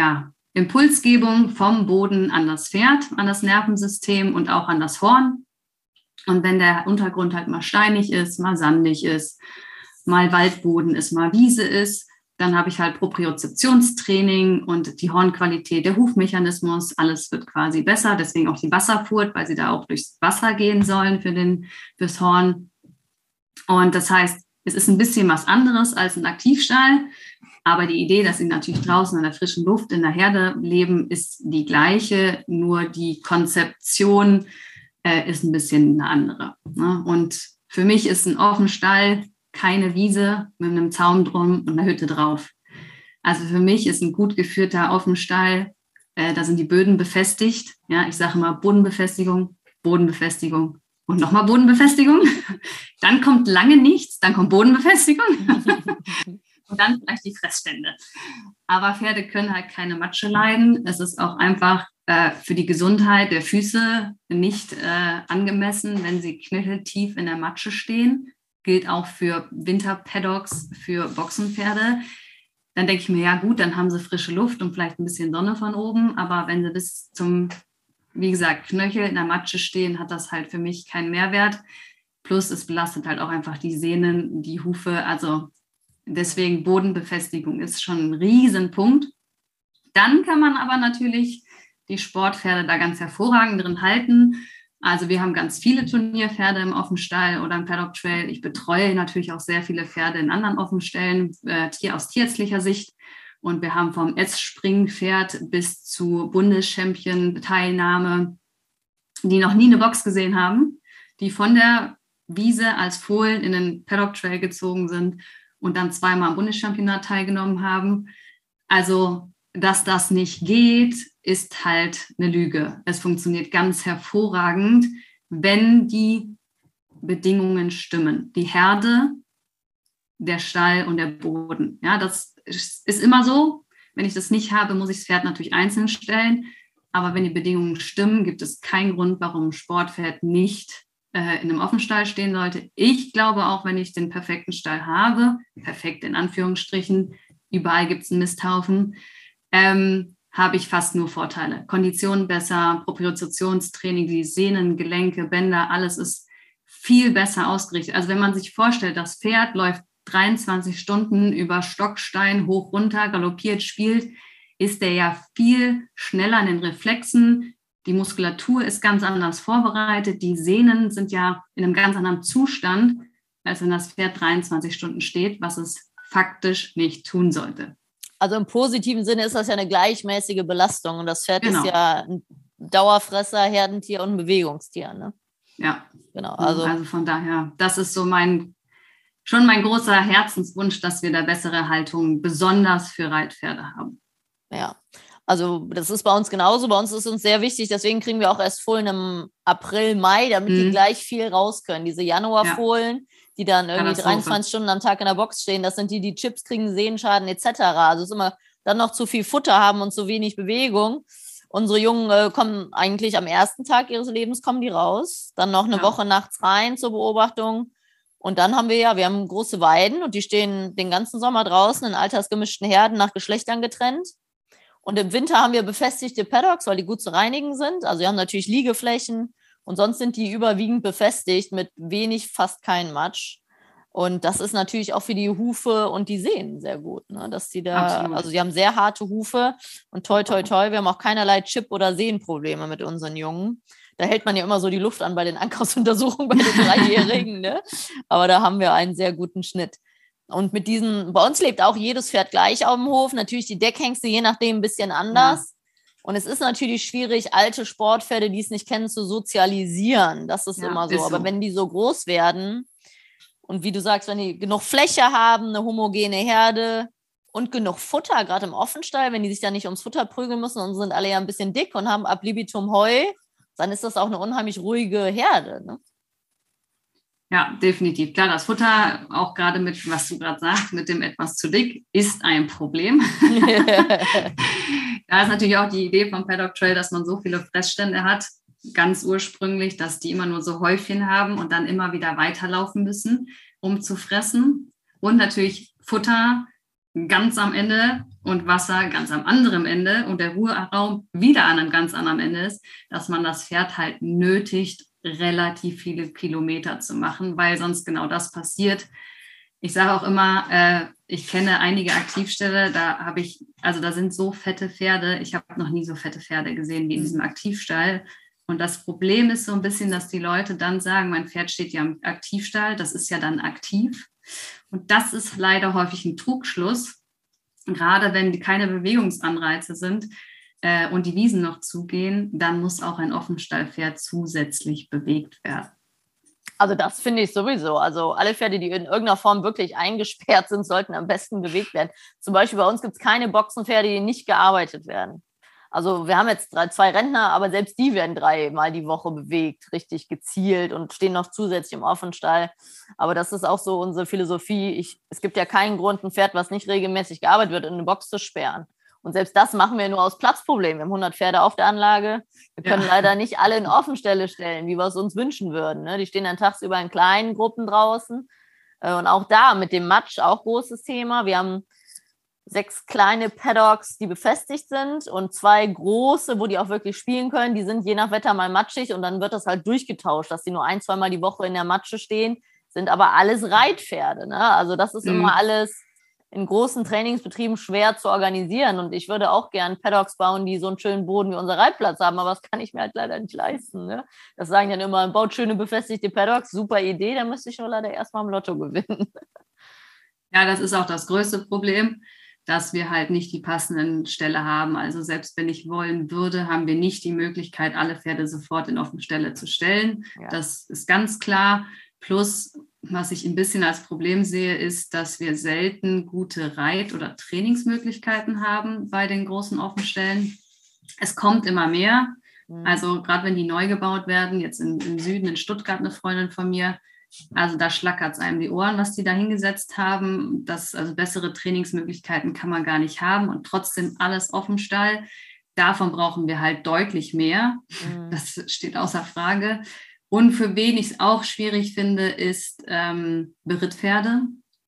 Impulsgebung vom Boden an das Pferd, an das Nervensystem und auch an das Horn. Und wenn der Untergrund halt mal steinig ist, mal sandig ist, mal Waldboden ist, mal Wiese ist, dann habe ich halt Propriozeptionstraining und die Hornqualität, der Hufmechanismus, alles wird quasi besser. Deswegen auch die Wasserfurt, weil sie da auch durchs Wasser gehen sollen für den, fürs Horn. Und das heißt, es ist ein bisschen was anderes als ein Aktivstall. Aber die Idee, dass sie natürlich draußen in der frischen Luft in der Herde leben, ist die gleiche. Nur die Konzeption äh, ist ein bisschen eine andere. Ne? Und für mich ist ein Offenstall keine Wiese mit einem Zaun drum und einer Hütte drauf. Also für mich ist ein gut geführter Offenstall, äh, da sind die Böden befestigt. Ja, ich sage immer Bodenbefestigung, Bodenbefestigung und nochmal Bodenbefestigung. Dann kommt lange nichts, dann kommt Bodenbefestigung und dann vielleicht die Fressstände. Aber Pferde können halt keine Matsche leiden. Es ist auch einfach äh, für die Gesundheit der Füße nicht äh, angemessen, wenn sie knöcheltief in der Matsche stehen. Gilt auch für Winterpaddocks, für Boxenpferde. Dann denke ich mir, ja gut, dann haben sie frische Luft und vielleicht ein bisschen Sonne von oben. Aber wenn sie bis zum, wie gesagt, Knöchel in der Matsche stehen, hat das halt für mich keinen Mehrwert. Plus es belastet halt auch einfach die Sehnen, die Hufe. Also deswegen Bodenbefestigung ist schon ein Riesenpunkt. Dann kann man aber natürlich die Sportpferde da ganz hervorragend drin halten. Also wir haben ganz viele Turnierpferde im Offenstall oder im Paddock Trail. Ich betreue natürlich auch sehr viele Pferde in anderen Offenstellen, äh, aus tierärztlicher Sicht. Und wir haben vom S-Springpferd bis zu Bundeschampion-Teilnahme, die noch nie eine Box gesehen haben, die von der Wiese als Fohlen in den Paddock Trail gezogen sind und dann zweimal am Bundeschampionat teilgenommen haben. Also, dass das nicht geht, ist halt eine Lüge. Es funktioniert ganz hervorragend, wenn die Bedingungen stimmen. Die Herde, der Stall und der Boden. Ja, das ist immer so. Wenn ich das nicht habe, muss ich das Pferd natürlich einzeln stellen. Aber wenn die Bedingungen stimmen, gibt es keinen Grund, warum ein Sportpferd nicht äh, in einem Offenstall stehen sollte. Ich glaube auch, wenn ich den perfekten Stall habe, perfekt in Anführungsstrichen, überall gibt es einen Misthaufen, ähm, habe ich fast nur Vorteile. Kondition besser, Propriozetionstraining, die Sehnen, Gelenke, Bänder, alles ist viel besser ausgerichtet. Also wenn man sich vorstellt, das Pferd läuft dreiundzwanzig Stunden über Stockstein hoch, runter, galoppiert, spielt, ist der ja viel schneller in den Reflexen. Die Muskulatur ist ganz anders vorbereitet. Die Sehnen sind ja in einem ganz anderen Zustand, als wenn das Pferd dreiundzwanzig Stunden steht, was es faktisch nicht tun sollte. Also im positiven Sinne ist das ja eine gleichmäßige Belastung. Und das Pferd Genau. ist ja ein Dauerfresser, Herdentier und ein Bewegungstier. Ne? Ja, genau. Also, also von daher, das ist so mein, schon mein großer Herzenswunsch, dass wir da bessere Haltung besonders für Reitpferde haben. Ja, also das ist bei uns genauso. Bei uns ist uns sehr wichtig, deswegen kriegen wir auch erst Fohlen im April, Mai, damit mhm. die gleich viel raus können. Diese Januarfohlen, ja. die dann irgendwie dreiundzwanzig Stunden am Tag in der Box stehen, das sind die, die Chips kriegen, Sehenschaden et cetera. Also es ist immer dann noch zu viel Futter haben und zu wenig Bewegung. Unsere Jungen äh, kommen eigentlich am ersten Tag ihres Lebens, kommen die raus, dann noch eine ja. Woche nachts rein zur Beobachtung. Und dann haben wir ja, wir haben große Weiden und die stehen den ganzen Sommer draußen in altersgemischten Herden nach Geschlechtern getrennt. Und im Winter haben wir befestigte Paddocks, weil die gut zu reinigen sind. Also wir haben natürlich Liegeflächen und sonst sind die überwiegend befestigt mit wenig, fast kein Matsch. Und das ist natürlich auch für die Hufe und die Sehnen sehr gut, ne? Dass die da, Absolut. Also die haben sehr harte Hufe und toi, toi, toi, wir haben auch keinerlei Chip- oder Sehnenprobleme mit unseren Jungen. Da hält man ja immer so die Luft an bei den Ankaufsuntersuchungen bei den Dreijährigen, ne? Aber da haben wir einen sehr guten Schnitt. Und mit diesen, bei uns lebt auch jedes Pferd gleich auf dem Hof. Natürlich die Deckhengste, je nachdem ein bisschen anders. Ja. Und es ist natürlich schwierig, alte Sportpferde, die es nicht kennen, zu sozialisieren. Das ist ja, immer so. Ist so. Aber wenn die so groß werden und wie du sagst, wenn die genug Fläche haben, eine homogene Herde und genug Futter, gerade im Offenstall, wenn die sich da nicht ums Futter prügeln müssen und sind alle ja ein bisschen dick und haben ab libitum Heu, dann ist das auch eine unheimlich ruhige Herde, ne? Ja, definitiv. Klar, das Futter, auch gerade mit, was du gerade sagst, mit dem etwas zu dick, ist ein Problem. Da ist natürlich auch die Idee vom Paddock Trail, dass man so viele Fressstände hat, ganz ursprünglich, dass die immer nur so Häufchen haben und dann immer wieder weiterlaufen müssen, um zu fressen. Und natürlich Futter ganz am Ende und Wasser ganz am anderen Ende und der Ruheraum wieder an einem ganz anderen Ende ist, dass man das Pferd halt nötigt, relativ viele Kilometer zu machen, weil sonst genau das passiert. Ich sage auch immer, äh, ich kenne einige Aktivställe, da habe ich, also da sind so fette Pferde, ich habe noch nie so fette Pferde gesehen wie in diesem Aktivstall. Und das Problem ist so ein bisschen, dass die Leute dann sagen, mein Pferd steht ja im Aktivstall, das ist ja dann aktiv. Und das ist leider häufig ein Trugschluss, gerade wenn keine Bewegungsanreize sind äh, und die Wiesen noch zugehen, dann muss auch ein Offenstallpferd zusätzlich bewegt werden. Also das finde ich sowieso. Also alle Pferde, die in irgendeiner Form wirklich eingesperrt sind, sollten am besten bewegt werden. Zum Beispiel bei uns gibt es keine Boxenpferde, die nicht gearbeitet werden. Also wir haben jetzt drei, zwei Rentner, aber selbst die werden dreimal die Woche bewegt, richtig gezielt und stehen noch zusätzlich im Offenstall. Aber das ist auch so unsere Philosophie. Ich, es gibt ja keinen Grund, ein Pferd, was nicht regelmäßig gearbeitet wird, in eine Box zu sperren. Und selbst das machen wir nur aus Platzproblemen. Wir haben hundert Pferde auf der Anlage. Wir können ja leider nicht alle in Offenställe stellen, wie wir es uns wünschen würden. Die stehen dann tagsüber in kleinen Gruppen draußen. Und auch da mit dem Matsch auch großes Thema. Wir haben sechs kleine Paddocks, die befestigt sind und zwei große, wo die auch wirklich spielen können. Die sind je nach Wetter mal matschig und dann wird das halt durchgetauscht, dass die nur ein-, zweimal die Woche in der Matsche stehen, sind aber alles Reitpferde. Ne? Also das ist mhm. immer alles in großen Trainingsbetrieben schwer zu organisieren und ich würde auch gern Paddocks bauen, die so einen schönen Boden wie unser Reitplatz haben, aber das kann ich mir halt leider nicht leisten. Ne? Das sagen dann immer, baut schöne befestigte Paddocks, super Idee, dann müsste ich nur leider erstmal im Lotto gewinnen. Ja, das ist auch das größte Problem, dass wir halt nicht die passenden Ställe haben. Also selbst wenn ich wollen würde, haben wir nicht die Möglichkeit, alle Pferde sofort in offene Ställe zu stellen. Ja. Das ist ganz klar. Plus, was ich ein bisschen als Problem sehe, ist, dass wir selten gute Reit- oder Trainingsmöglichkeiten haben bei den großen Offenstellen. Es kommt immer mehr. Mhm. Also gerade wenn die neu gebaut werden, jetzt in, im Süden in Stuttgart eine Freundin von mir, also da schlackert es einem die Ohren, was die da hingesetzt haben. Das, also bessere Trainingsmöglichkeiten kann man gar nicht haben und trotzdem alles Offenstall. Davon brauchen wir halt deutlich mehr. Mhm. Das steht außer Frage. Und für wen ich es auch schwierig finde, ist ähm, Berittpferde,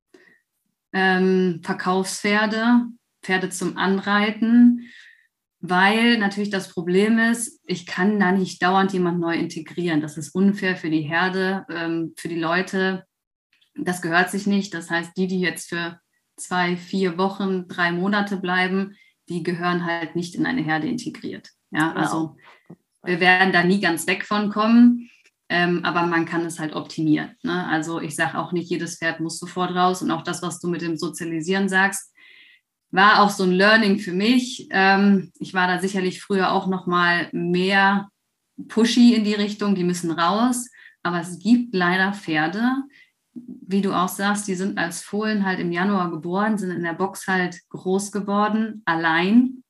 ähm, Verkaufspferde, Pferde zum Anreiten. Weil natürlich das Problem ist, ich kann da nicht dauernd jemand neu integrieren. Das ist unfair für die Herde, ähm, für die Leute. Das gehört sich nicht. Das heißt, die, die jetzt für zwei, vier Wochen, drei Monate bleiben, die gehören halt nicht in eine Herde integriert. Ja, genau. Also wir werden da nie ganz weg von kommen, ähm, aber man kann es halt optimieren. Ne? Also ich sage auch nicht, jedes Pferd muss sofort raus. Und auch das, was du mit dem Sozialisieren sagst, war auch so ein Learning für mich. Ähm, ich war da sicherlich früher auch noch mal mehr pushy in die Richtung, die müssen raus. Aber es gibt leider Pferde, wie du auch sagst, die sind als Fohlen halt im Januar geboren, sind in der Box halt groß geworden, allein.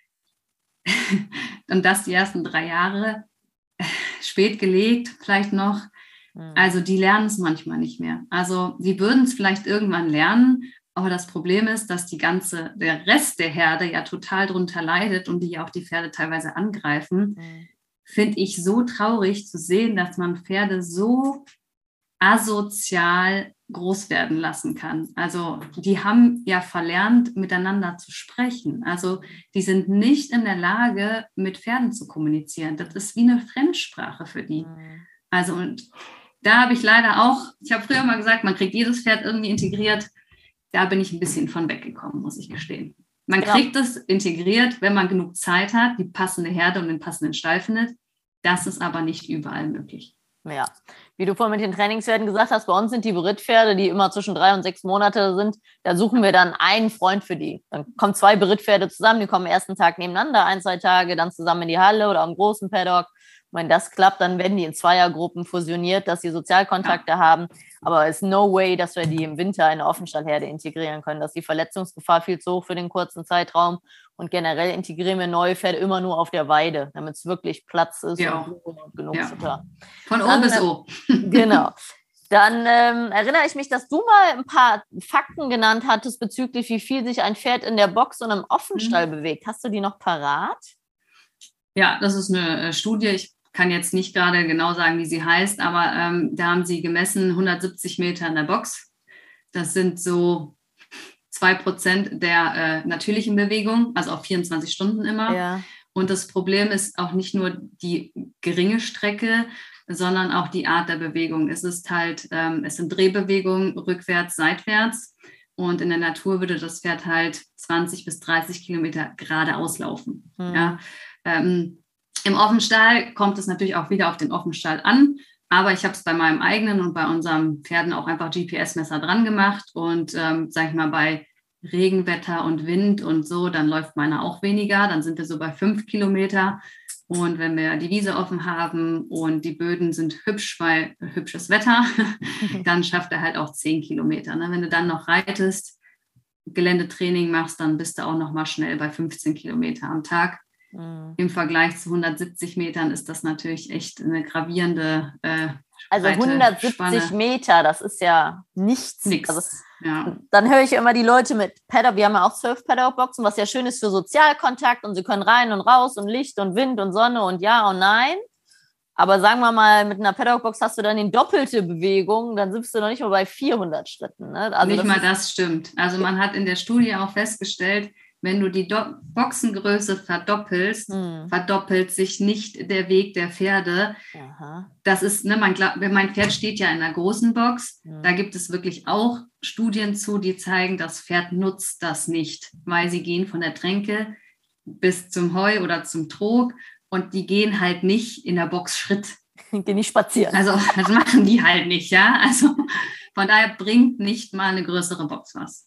Und das die ersten drei Jahre, spät gelegt vielleicht noch. Also die lernen es manchmal nicht mehr. Also sie würden es vielleicht irgendwann lernen, aber das Problem ist, dass die ganze, der Rest der Herde ja total drunter leidet und die ja auch die Pferde teilweise angreifen. Mhm. Finde ich so traurig zu sehen, dass man Pferde so asozial groß werden lassen kann. Also die haben ja verlernt, miteinander zu sprechen. Also die sind nicht in der Lage, mit Pferden zu kommunizieren. Das ist wie eine Fremdsprache für die. Mhm. Also und da habe ich leider auch, ich habe früher mal gesagt, man kriegt jedes Pferd irgendwie integriert. Da bin ich ein bisschen von weggekommen, muss ich gestehen. Man genau. kriegt es integriert, wenn man genug Zeit hat, die passende Herde und den passenden Stall findet. Das ist aber nicht überall möglich. Ja, wie du vorhin mit den Trainingspferden gesagt hast, bei uns sind die Berittpferde, die immer zwischen drei und sechs Monate sind, da suchen wir dann einen Freund für die. Dann kommen zwei Berittpferde zusammen, die kommen am ersten Tag nebeneinander, ein, zwei Tage, dann zusammen in die Halle oder am großen Paddock. Und wenn das klappt, dann werden die in Zweiergruppen fusioniert, dass sie Sozialkontakte ja. haben. Aber es ist no way, dass wir die im Winter in eine Offenstallherde integrieren können. Das ist die Verletzungsgefahr viel zu hoch für den kurzen Zeitraum. Und generell integrieren wir neue Pferde immer nur auf der Weide, damit es wirklich Platz ist ja. und genug ja. Futter. Von O bis O. Genau. Dann ähm, erinnere ich mich, dass du mal ein paar Fakten genannt hattest bezüglich, wie viel sich ein Pferd in der Box und im Offenstall mhm. bewegt. Hast du die noch parat? Ja, das ist eine äh, Studie. Ich kann jetzt nicht gerade genau sagen, wie sie heißt, aber ähm, da haben sie gemessen hundertsiebzig Meter in der Box. Das sind so zwei Prozent der äh, natürlichen Bewegung, also auf vierundzwanzig Stunden immer. Ja. Und das Problem ist auch nicht nur die geringe Strecke, sondern auch die Art der Bewegung. Es ist halt, ähm, es sind Drehbewegungen rückwärts, seitwärts. Und in der Natur würde das Pferd halt zwanzig bis dreißig Kilometer geradeaus laufen. Mhm. Ja? Ähm, Im Offenstall kommt es natürlich auch wieder auf den Offenstall an. Aber ich habe es bei meinem eigenen und bei unseren Pferden auch einfach G P S-Messer dran gemacht. Und ähm, sag ich mal, bei Regenwetter und Wind und so, dann läuft meiner auch weniger. Dann sind wir so bei fünf Kilometer. Und wenn wir die Wiese offen haben und die Böden sind hübsch, weil hübsches Wetter, dann schafft er halt auch zehn Kilometer. Ne? Wenn du dann noch reitest, Geländetraining machst, dann bist du auch noch mal schnell bei fünfzehn Kilometer am Tag. Mhm. Im Vergleich zu hundertsiebzig Metern ist das natürlich echt eine gravierende äh, Also hundertsiebzig Spanne. Meter, das ist ja nichts. Nix. Also, ja. Dann höre ich immer die Leute mit Paddock, wir haben ja auch zwölf Paddock-Boxen, was ja schön ist für Sozialkontakt und sie können rein und raus und Licht und Wind und Sonne und ja und nein. Aber sagen wir mal, mit einer Paddock-Box hast du dann die doppelte Bewegung, dann sitzt du noch nicht mal bei vierhundert Schritten. Ne? Also nicht das mal ist, das stimmt. Also man hat in der Studie auch festgestellt, wenn du die Do- Boxengröße verdoppelst, hm. verdoppelt sich nicht der Weg der Pferde. Aha. Das ist, ne, man glaub, mein Pferd steht ja in einer großen Box. Hm. Da gibt es wirklich auch Studien zu, die zeigen, das Pferd nutzt das nicht, weil sie gehen von der Tränke bis zum Heu oder zum Trog und die gehen halt nicht in der Box Schritt. Gehen nicht spazieren. Also das machen die halt nicht, ja. Also von daher bringt nicht mal eine größere Box was.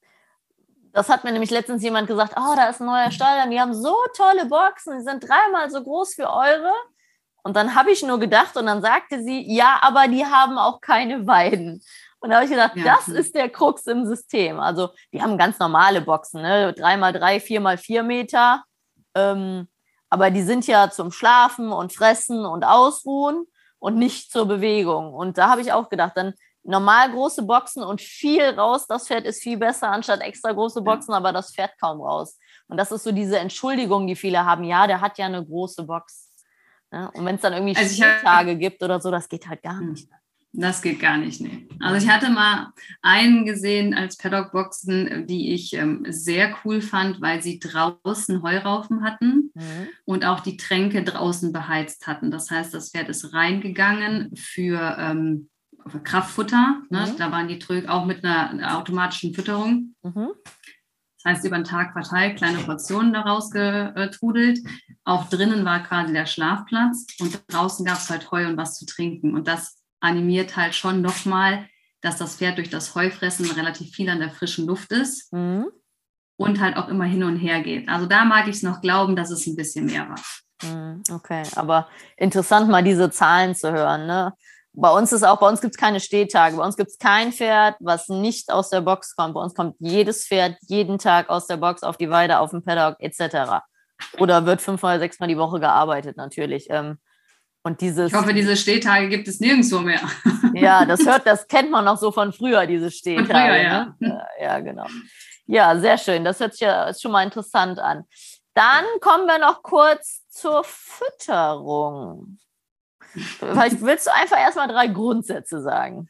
Das hat mir nämlich letztens jemand gesagt, oh, da ist ein neuer Stall, die haben so tolle Boxen, die sind dreimal so groß wie eure. Und dann habe ich nur gedacht und dann sagte sie, ja, aber die haben auch keine Weiden. Und da habe ich gedacht, ja. Das ist der Krux im System. Also die haben ganz normale Boxen, ne? drei mal drei, vier mal vier Meter. Ähm, aber die sind ja zum Schlafen und Fressen und Ausruhen und nicht zur Bewegung. Und da habe ich auch gedacht, dann normal große Boxen und viel raus, das Pferd ist viel besser, anstatt extra große Boxen, ja. aber das Pferd kaum raus. Und das ist so diese Entschuldigung, die viele haben, ja, der hat ja eine große Box. Ja, und wenn es dann irgendwie also Spieltage hab, gibt oder so, das geht halt gar nicht. Das geht gar nicht, nee. Also ich hatte mal einen gesehen als Paddock-Boxen, die ich ähm, sehr cool fand, weil sie draußen Heuraufen hatten mhm. und auch die Tränke draußen beheizt hatten. Das heißt, das Pferd ist reingegangen für ähm, Kraftfutter, ne? Mhm. Da waren die Tröge auch mit einer, einer automatischen Fütterung. Mhm. Das heißt, über den Tag verteilt, kleine Portionen daraus getrudelt. Auch drinnen war quasi der Schlafplatz und draußen gab es halt Heu und was zu trinken. Und das animiert halt schon nochmal, dass das Pferd durch das Heufressen relativ viel an der frischen Luft ist mhm. und halt auch immer hin und her geht. Also da mag ich es noch glauben, dass es ein bisschen mehr war. Okay, aber interessant mal diese Zahlen zu hören, ne? Bei uns ist auch, bei uns gibt es keine Stehtage, bei uns gibt es kein Pferd, was nicht aus der Box kommt. Bei uns kommt jedes Pferd jeden Tag aus der Box auf die Weide, auf den Paddock et cetera. Oder wird fünfmal, sechsmal die Woche gearbeitet natürlich. Und dieses, ich hoffe, diese Stehtage gibt es nirgendwo mehr. Ja, das hört, das kennt man noch so von früher, diese Stehtage. Von früher, ja. Ne? Ja, genau. Ja, sehr schön. Das hört sich ja ist schon mal interessant an. Dann kommen wir noch kurz zur Fütterung. Vielleicht willst du einfach erstmal drei Grundsätze sagen.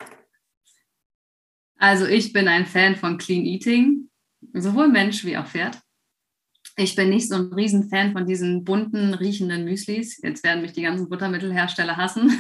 Also ich bin ein Fan von Clean Eating, sowohl Mensch wie auch Pferd. Ich bin nicht so ein Riesenfan von diesen bunten, riechenden Müslis. Jetzt werden mich die ganzen Buttermittelhersteller hassen.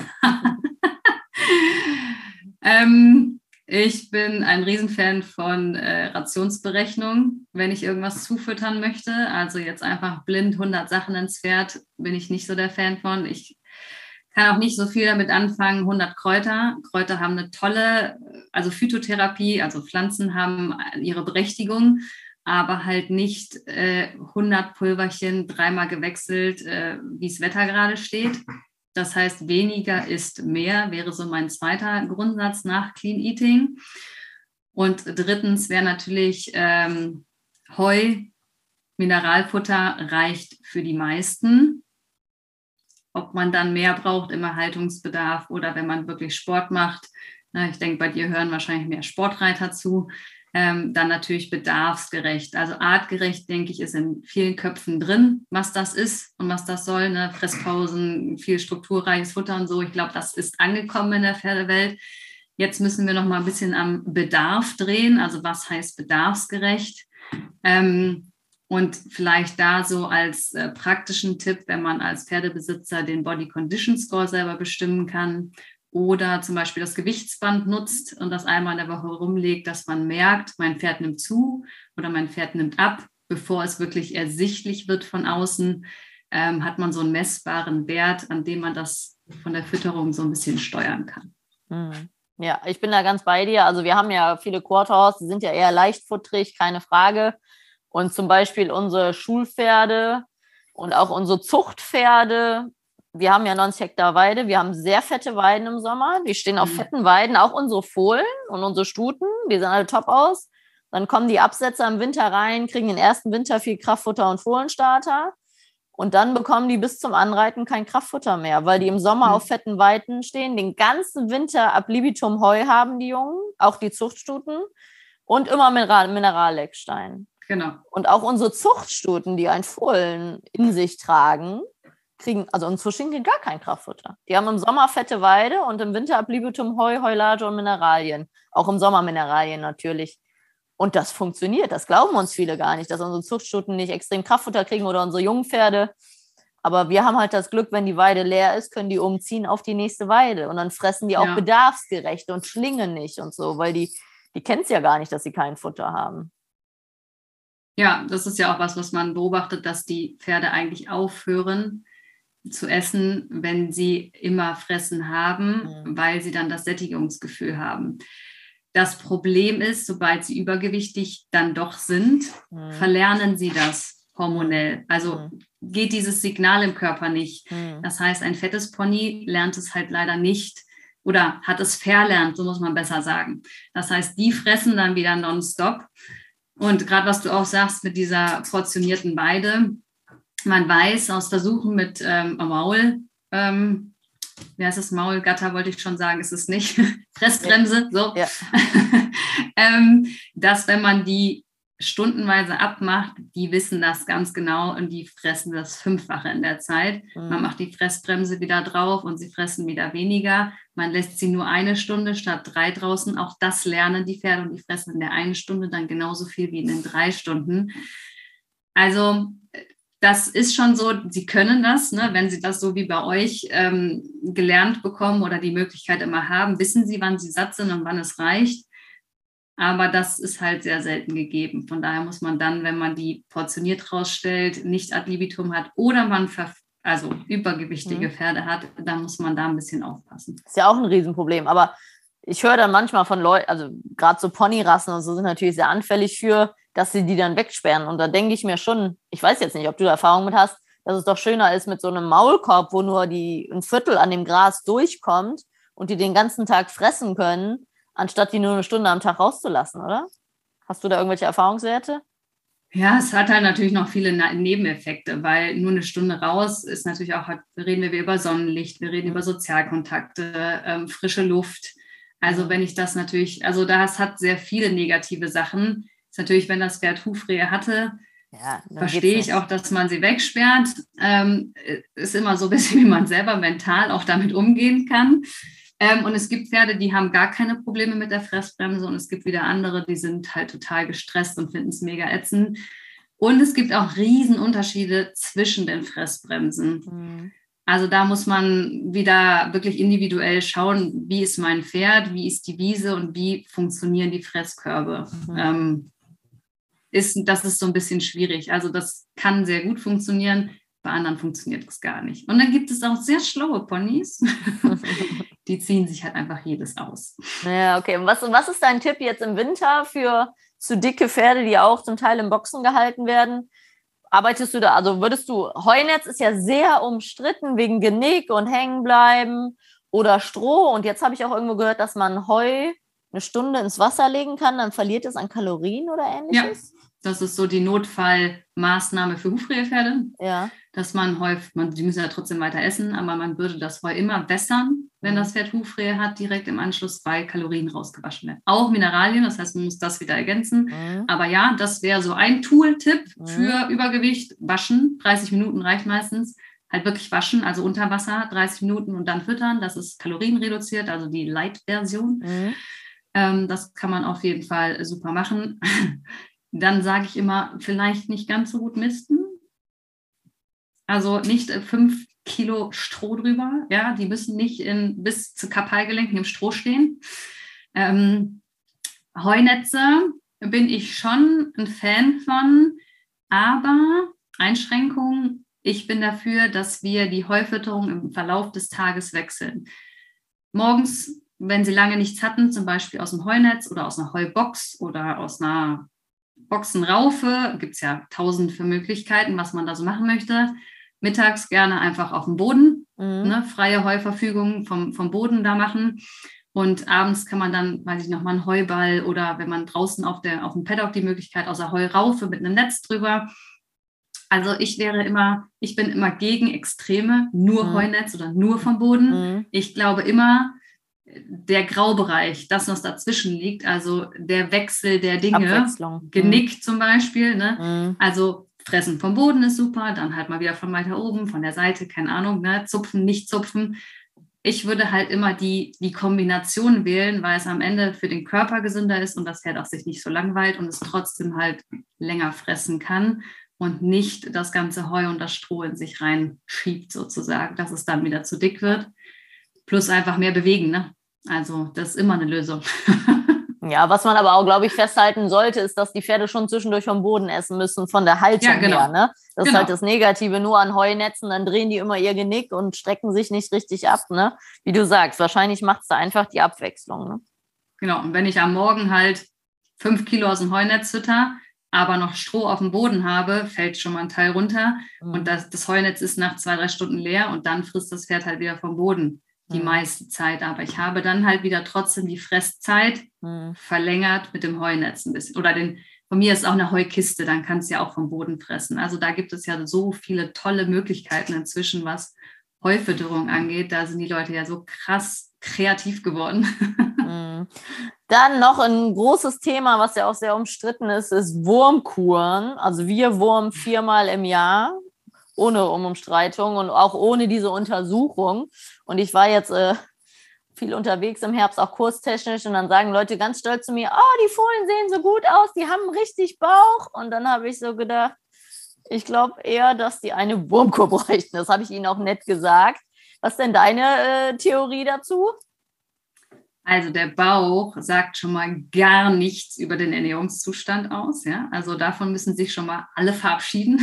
ähm, ich bin ein Riesenfan von äh, Rationsberechnung, wenn ich irgendwas zufüttern möchte. Also jetzt einfach blind hundert Sachen ins Pferd, bin ich nicht so der Fan von. Ich kann auch nicht so viel damit anfangen, hundert Kräuter. Kräuter haben eine tolle, also Phytotherapie, also Pflanzen haben ihre Berechtigung, aber halt nicht äh, hundert Pulverchen dreimal gewechselt, äh, wie das Wetter gerade steht. Das heißt, weniger ist mehr, wäre so mein zweiter Grundsatz nach Clean Eating. Und drittens wäre natürlich ähm, Heu, Mineralfutter reicht für die meisten. Ob man dann mehr braucht im Erhaltungsbedarf oder wenn man wirklich Sport macht. Na, ich denke, bei dir hören wahrscheinlich mehr Sportreiter zu. Ähm, dann natürlich bedarfsgerecht. Also artgerecht, denke ich, ist in vielen Köpfen drin, was das ist und was das soll. Ne? Fresspausen, viel strukturreiches Futter und so. Ich glaube, das ist angekommen in der Pferdewelt. Jetzt müssen wir noch mal ein bisschen am Bedarf drehen. Also was heißt bedarfsgerecht? Ähm, und vielleicht da so als äh, praktischen Tipp, wenn man als Pferdebesitzer den Body Condition Score selber bestimmen kann oder zum Beispiel das Gewichtsband nutzt und das einmal in der Woche rumlegt, dass man merkt, mein Pferd nimmt zu oder mein Pferd nimmt ab, bevor es wirklich ersichtlich wird von außen, ähm, hat man so einen messbaren Wert, an dem man das von der Fütterung so ein bisschen steuern kann. Hm. Ja, ich bin da ganz bei dir. Also wir haben ja viele Quarterhorse, die sind ja eher leichtfutterig, keine Frage. Und zum Beispiel unsere Schulpferde und auch unsere Zuchtpferde, wir haben ja neunzig Hektar Weide, wir haben sehr fette Weiden im Sommer, die stehen auf mhm. fetten Weiden, auch unsere Fohlen und unsere Stuten, die sehen alle top aus. Dann kommen die Absetzer im Winter rein, kriegen den ersten Winter viel Kraftfutter und Fohlenstarter und dann bekommen die bis zum Anreiten kein Kraftfutter mehr, weil die im Sommer mhm. auf fetten Weiden stehen, den ganzen Winter ab libitum Heu haben die Jungen, auch die Zuchtstuten und immer Mineral- Mineralleckstein. Genau. Und auch unsere Zuchtstuten, die ein Fohlen in sich tragen, kriegen, also unsere Schinken gar kein Kraftfutter. Die haben im Sommer fette Weide und im Winter ab libitum Heu, Heulage und Mineralien. Auch im Sommer Mineralien natürlich. Und das funktioniert. Das glauben uns viele gar nicht, dass unsere Zuchtstuten nicht extrem Kraftfutter kriegen oder unsere Jungpferde. Aber wir haben halt das Glück, wenn die Weide leer ist, können die umziehen auf die nächste Weide. Und dann fressen die auch ja. bedarfsgerecht und schlingen nicht und so, weil die, die kennen es ja gar nicht, dass sie kein Futter haben. Ja, das ist ja auch was, was man beobachtet, dass die Pferde eigentlich aufhören zu essen, wenn sie immer Fressen haben, mhm. weil sie dann das Sättigungsgefühl haben. Das Problem ist, sobald sie übergewichtig dann doch sind, mhm. verlernen sie das hormonell. Also mhm. geht dieses Signal im Körper nicht. Mhm. Das heißt, ein fettes Pony lernt es halt leider nicht oder hat es verlernt, so muss man besser sagen. Das heißt, die fressen dann wieder nonstop. Und gerade was du auch sagst mit dieser portionierten Weide, man weiß aus Versuchen mit ähm, Maul, ähm, wie heißt das, Maulgatter wollte ich schon sagen, ist es nicht, Fressbremse, so, ja. ähm, dass wenn man die stundenweise abmacht, die wissen das ganz genau und die fressen das Fünffache in der Zeit. Mhm. Man macht die Fressbremse wieder drauf und sie fressen wieder weniger. Man lässt sie nur eine Stunde statt drei draußen. Auch das lernen die Pferde und die fressen in der einen Stunde dann genauso viel wie in den drei Stunden. Also das ist schon so, sie können das, ne? Wenn sie das so wie bei euch ähm, gelernt bekommen oder die Möglichkeit immer haben, wissen sie, wann sie satt sind und wann es reicht. Aber das ist halt sehr selten gegeben. Von daher muss man dann, wenn man die portioniert rausstellt, nicht ad libitum hat oder man ver- also übergewichtige mhm. Pferde hat, dann muss man da ein bisschen aufpassen. Ist ja auch ein Riesenproblem. Aber ich höre dann manchmal von Leuten, also gerade so Ponyrassen und so sind natürlich sehr anfällig für, dass sie die dann wegsperren. Und da denke ich mir schon, ich weiß jetzt nicht, ob du da Erfahrung mit hast, dass es doch schöner ist mit so einem Maulkorb, wo nur die ein Viertel an dem Gras durchkommt und die den ganzen Tag fressen können, anstatt die nur eine Stunde am Tag rauszulassen, oder? Hast du da irgendwelche Erfahrungswerte? Ja, es hat halt natürlich noch viele Nebeneffekte, weil nur eine Stunde raus ist natürlich auch, reden wir über Sonnenlicht, wir reden mhm. über Sozialkontakte, ähm, frische Luft. Also wenn ich das natürlich, also das hat sehr viele negative Sachen. Ist natürlich, wenn das Pferd Hufrehe hatte, ja, verstehe ich auch, dass man sie wegsperrt. Ähm, ist immer so ein bisschen, wie man selber mental auch damit umgehen kann. Ähm, und es gibt Pferde, die haben gar keine Probleme mit der Fressbremse und es gibt wieder andere, die sind halt total gestresst und finden es mega ätzend. Und es gibt auch Riesenunterschiede zwischen den Fressbremsen. Mhm. Also da muss man wieder wirklich individuell schauen, wie ist mein Pferd, wie ist die Wiese und wie funktionieren die Fresskörbe. Mhm. Ähm, ist, das ist so ein bisschen schwierig. Also das kann sehr gut funktionieren, bei anderen funktioniert das gar nicht. Und dann gibt es auch sehr schlaue Ponys, die ziehen sich halt einfach jedes aus. Ja, okay. Und was, was ist dein Tipp jetzt im Winter für zu dicke Pferde, die auch zum Teil im Boxen gehalten werden? Arbeitest du da, also würdest du, Heunetz ist ja sehr umstritten wegen Genick und Hängenbleiben oder Stroh. Und jetzt habe ich auch irgendwo gehört, dass man Heu eine Stunde ins Wasser legen kann, dann verliert es an Kalorien oder ähnliches? Ja, das ist so die Notfallmaßnahme für Hufrehepferde. Ja. Dass man Heu, man, die müssen ja trotzdem weiter essen, aber man würde das Heu immer wässern, wenn mhm. das Pferd Hufrehe hat, direkt im Anschluss, weil Kalorien rausgewaschen werden. Auch Mineralien, das heißt, man muss das wieder ergänzen. Mhm. Aber ja, das wäre so ein Tool-Tipp mhm. für Übergewicht. Waschen, dreißig Minuten reicht meistens. halt wirklich waschen, also unter Wasser, dreißig Minuten und dann füttern. Das ist kalorienreduziert, also die Light-Version. Mhm. Ähm, das kann man auf jeden Fall super machen. Dann sage ich immer, vielleicht nicht ganz so gut misten. Also nicht äh, fünf Kilo Stroh drüber. Ja, die müssen nicht in, bis zu Kapalgelenken im Stroh stehen. Ähm, Heunetze bin ich schon ein Fan von, aber Einschränkung, ich bin dafür, dass wir die Heufütterung im Verlauf des Tages wechseln. Morgens, wenn Sie lange nichts hatten, zum Beispiel aus dem Heunetz oder aus einer Heubox oder aus einer Boxenraufe, gibt es ja tausend für Möglichkeiten, was man da so machen möchte. Mittags gerne einfach auf dem Boden, Mhm. ne, freie Heuverfügung vom, vom Boden da machen. Und abends kann man dann, weiß ich noch mal, einen Heuball oder wenn man draußen auf, der, auf dem Paddock die Möglichkeit aus der Heuraufe mit einem Netz drüber. Also ich wäre immer, ich bin immer gegen Extreme, nur Mhm. Heunetz oder nur vom Boden. Mhm. Ich glaube immer, der Graubereich, das, was dazwischen liegt, also der Wechsel der Dinge, Abwechslung. Genick mhm. zum Beispiel, ne? Mhm. Also fressen vom Boden ist super, dann halt mal wieder von weiter oben, von der Seite, keine Ahnung, ne? Zupfen, nicht zupfen. Ich würde halt immer die, die Kombination wählen, weil es am Ende für den Körper gesünder ist und das Pferd auch sich nicht so langweilt und es trotzdem halt länger fressen kann und nicht das ganze Heu und das Stroh in sich reinschiebt sozusagen, dass es dann wieder zu dick wird. Plus einfach mehr bewegen, ne? Also das ist immer eine Lösung. Ja, was man aber auch, glaube ich, festhalten sollte, ist, dass die Pferde schon zwischendurch vom Boden essen müssen, von der Haltung ja, genau. her. Ne? Das genau. ist halt das Negative, nur an Heunetzen, dann drehen die immer ihr Genick und strecken sich nicht richtig ab. Ne? Wie du sagst, wahrscheinlich macht es da einfach die Abwechslung. Ne? Genau, und wenn ich am Morgen halt fünf Kilo aus dem Heunetz fütter, aber noch Stroh auf dem Boden habe, fällt schon mal ein Teil runter. Mhm. Und das, das Heunetz ist nach zwei, drei Stunden leer und dann frisst das Pferd halt wieder vom Boden. Die mhm. meiste Zeit, aber ich habe dann halt wieder trotzdem die Fresszeit mhm. verlängert mit dem Heunetz ein bisschen. Oder den, von mir ist auch eine Heukiste, dann kannst du ja auch vom Boden fressen. Also da gibt es ja so viele tolle Möglichkeiten inzwischen, was Heufütterung angeht. Da sind die Leute ja so krass kreativ geworden. Mhm. Dann noch ein großes Thema, was ja auch sehr umstritten ist, ist Wurmkuren. Also wir wurmen viermal im Jahr. Ohne Umstreitung und auch ohne diese Untersuchung. Und ich war jetzt äh, viel unterwegs im Herbst, auch kurstechnisch, und dann sagen Leute ganz stolz zu mir, oh, die Fohlen sehen so gut aus, die haben richtig Bauch. Und dann habe ich so gedacht, ich glaube eher, dass die eine Wurmkur bräuchten. Das habe ich ihnen auch nett gesagt. Was ist denn deine äh, Theorie dazu? Also der Bauch sagt schon mal gar nichts über den Ernährungszustand aus. Ja? Also davon müssen sich schon mal alle verabschieden.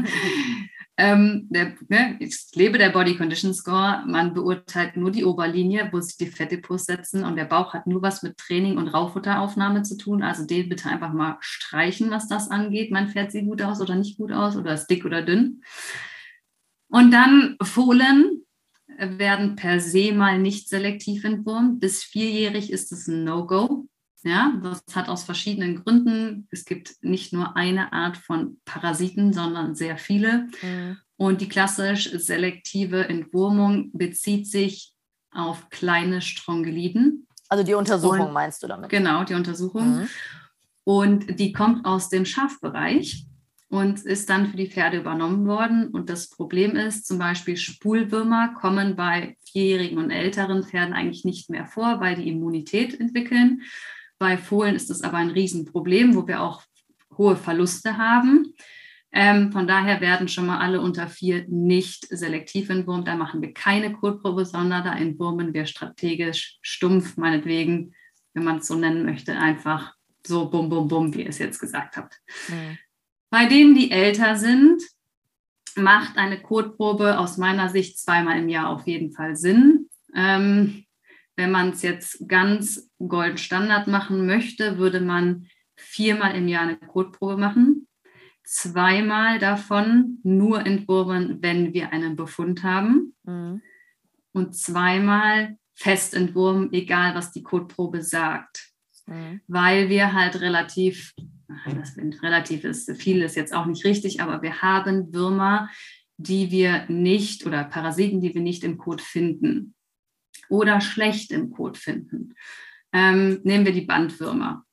Ähm, der, ne, ich lebe der Body Condition Score, man beurteilt nur die Oberlinie, wo sich die Fettdepots setzen und der Bauch hat nur was mit Training und Raufutteraufnahme zu tun, also den bitte einfach mal streichen, was das angeht, mein Pferd sieht gut aus oder nicht gut aus oder ist dick oder dünn. Und dann Fohlen werden per se mal nicht selektiv entwurmt, bis vierjährig ist es ein No-Go. Ja, das hat aus verschiedenen Gründen. Es gibt nicht nur eine Art von Parasiten, sondern sehr viele. Mhm. Und die klassisch selektive Entwurmung bezieht sich auf kleine Strongeliden. Also die Untersuchung und, meinst du damit? Genau, die Untersuchung. Mhm. Und die kommt aus dem Schafbereich und ist dann für die Pferde übernommen worden. Und das Problem ist, zum Beispiel Spulwürmer kommen bei vierjährigen und älteren Pferden eigentlich nicht mehr vor, weil die Immunität entwickeln. Bei Fohlen ist das aber ein Riesenproblem, wo wir auch hohe Verluste haben. Ähm, von daher werden schon mal alle unter vier nicht selektiv entwurmt. Da machen wir keine Kotprobe, sondern da entwurmen wir strategisch stumpf, meinetwegen, wenn man es so nennen möchte, einfach so bum, bum, bum, wie ihr es jetzt gesagt habt. Mhm. Bei denen, die älter sind, macht eine Kotprobe aus meiner Sicht zweimal im Jahr auf jeden Fall Sinn. Ähm, Wenn man es jetzt ganz Goldstandard machen möchte, würde man viermal im Jahr eine Kotprobe machen. Zweimal davon nur entwurmen, wenn wir einen Befund haben. Mhm. Und zweimal fest entwurmen, egal was die Kotprobe sagt. Mhm. Weil wir halt relativ, das relativ ist, viel ist jetzt auch nicht richtig, aber wir haben Würmer, die wir nicht, oder Parasiten, die wir nicht im Kot finden. Oder schlecht im Kot finden. Ähm, nehmen wir die Bandwürmer.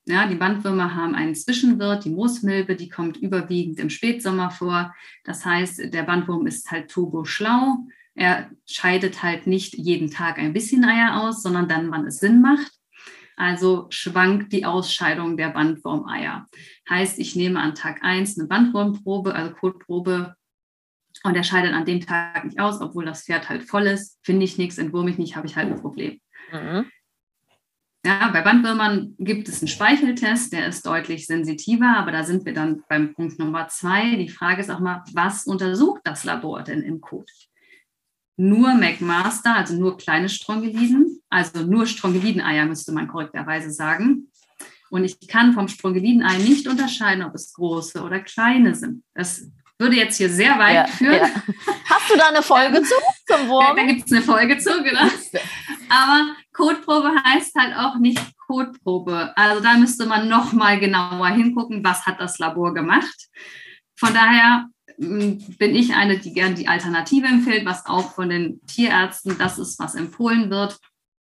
Ja, die Bandwürmer haben einen Zwischenwirt, die Moosmilbe, die kommt überwiegend im Spätsommer vor. Das heißt, der Bandwurm ist halt turboschlau. Er scheidet halt nicht jeden Tag ein bisschen Eier aus, sondern dann, wann es Sinn macht. Also schwankt die Ausscheidung der Bandwurmeier. Heißt, ich nehme an Tag eins eine Bandwurmprobe, also Kotprobe, und er scheidet an dem Tag nicht aus, obwohl das Pferd halt voll ist. Finde ich nichts, entwurme ich nicht, habe ich halt ein Problem. Mhm. Ja, bei Bandwürmern gibt es einen Speicheltest, der ist deutlich sensitiver, aber da sind wir dann beim Punkt Nummer zwei. Die Frage ist auch mal, was untersucht das Labor denn im Kot? Nur McMaster, also nur kleine Strongeliden, also nur Strongeliden-Eier müsste man korrekterweise sagen. Und ich kann vom Strongeliden-Ei nicht unterscheiden, ob es große oder kleine sind. Das würde jetzt hier sehr weit ja, führen. Ja. Hast du da eine Folge zu zum Wurm? Ja, da gibt es eine Folge zu, genau. Aber Kotprobe heißt halt auch nicht Kotprobe. Also da müsste man noch mal genauer hingucken, was hat das Labor gemacht. Von daher bin ich eine, die gerne die Alternative empfiehlt, was auch von den Tierärzten das ist, was empfohlen wird.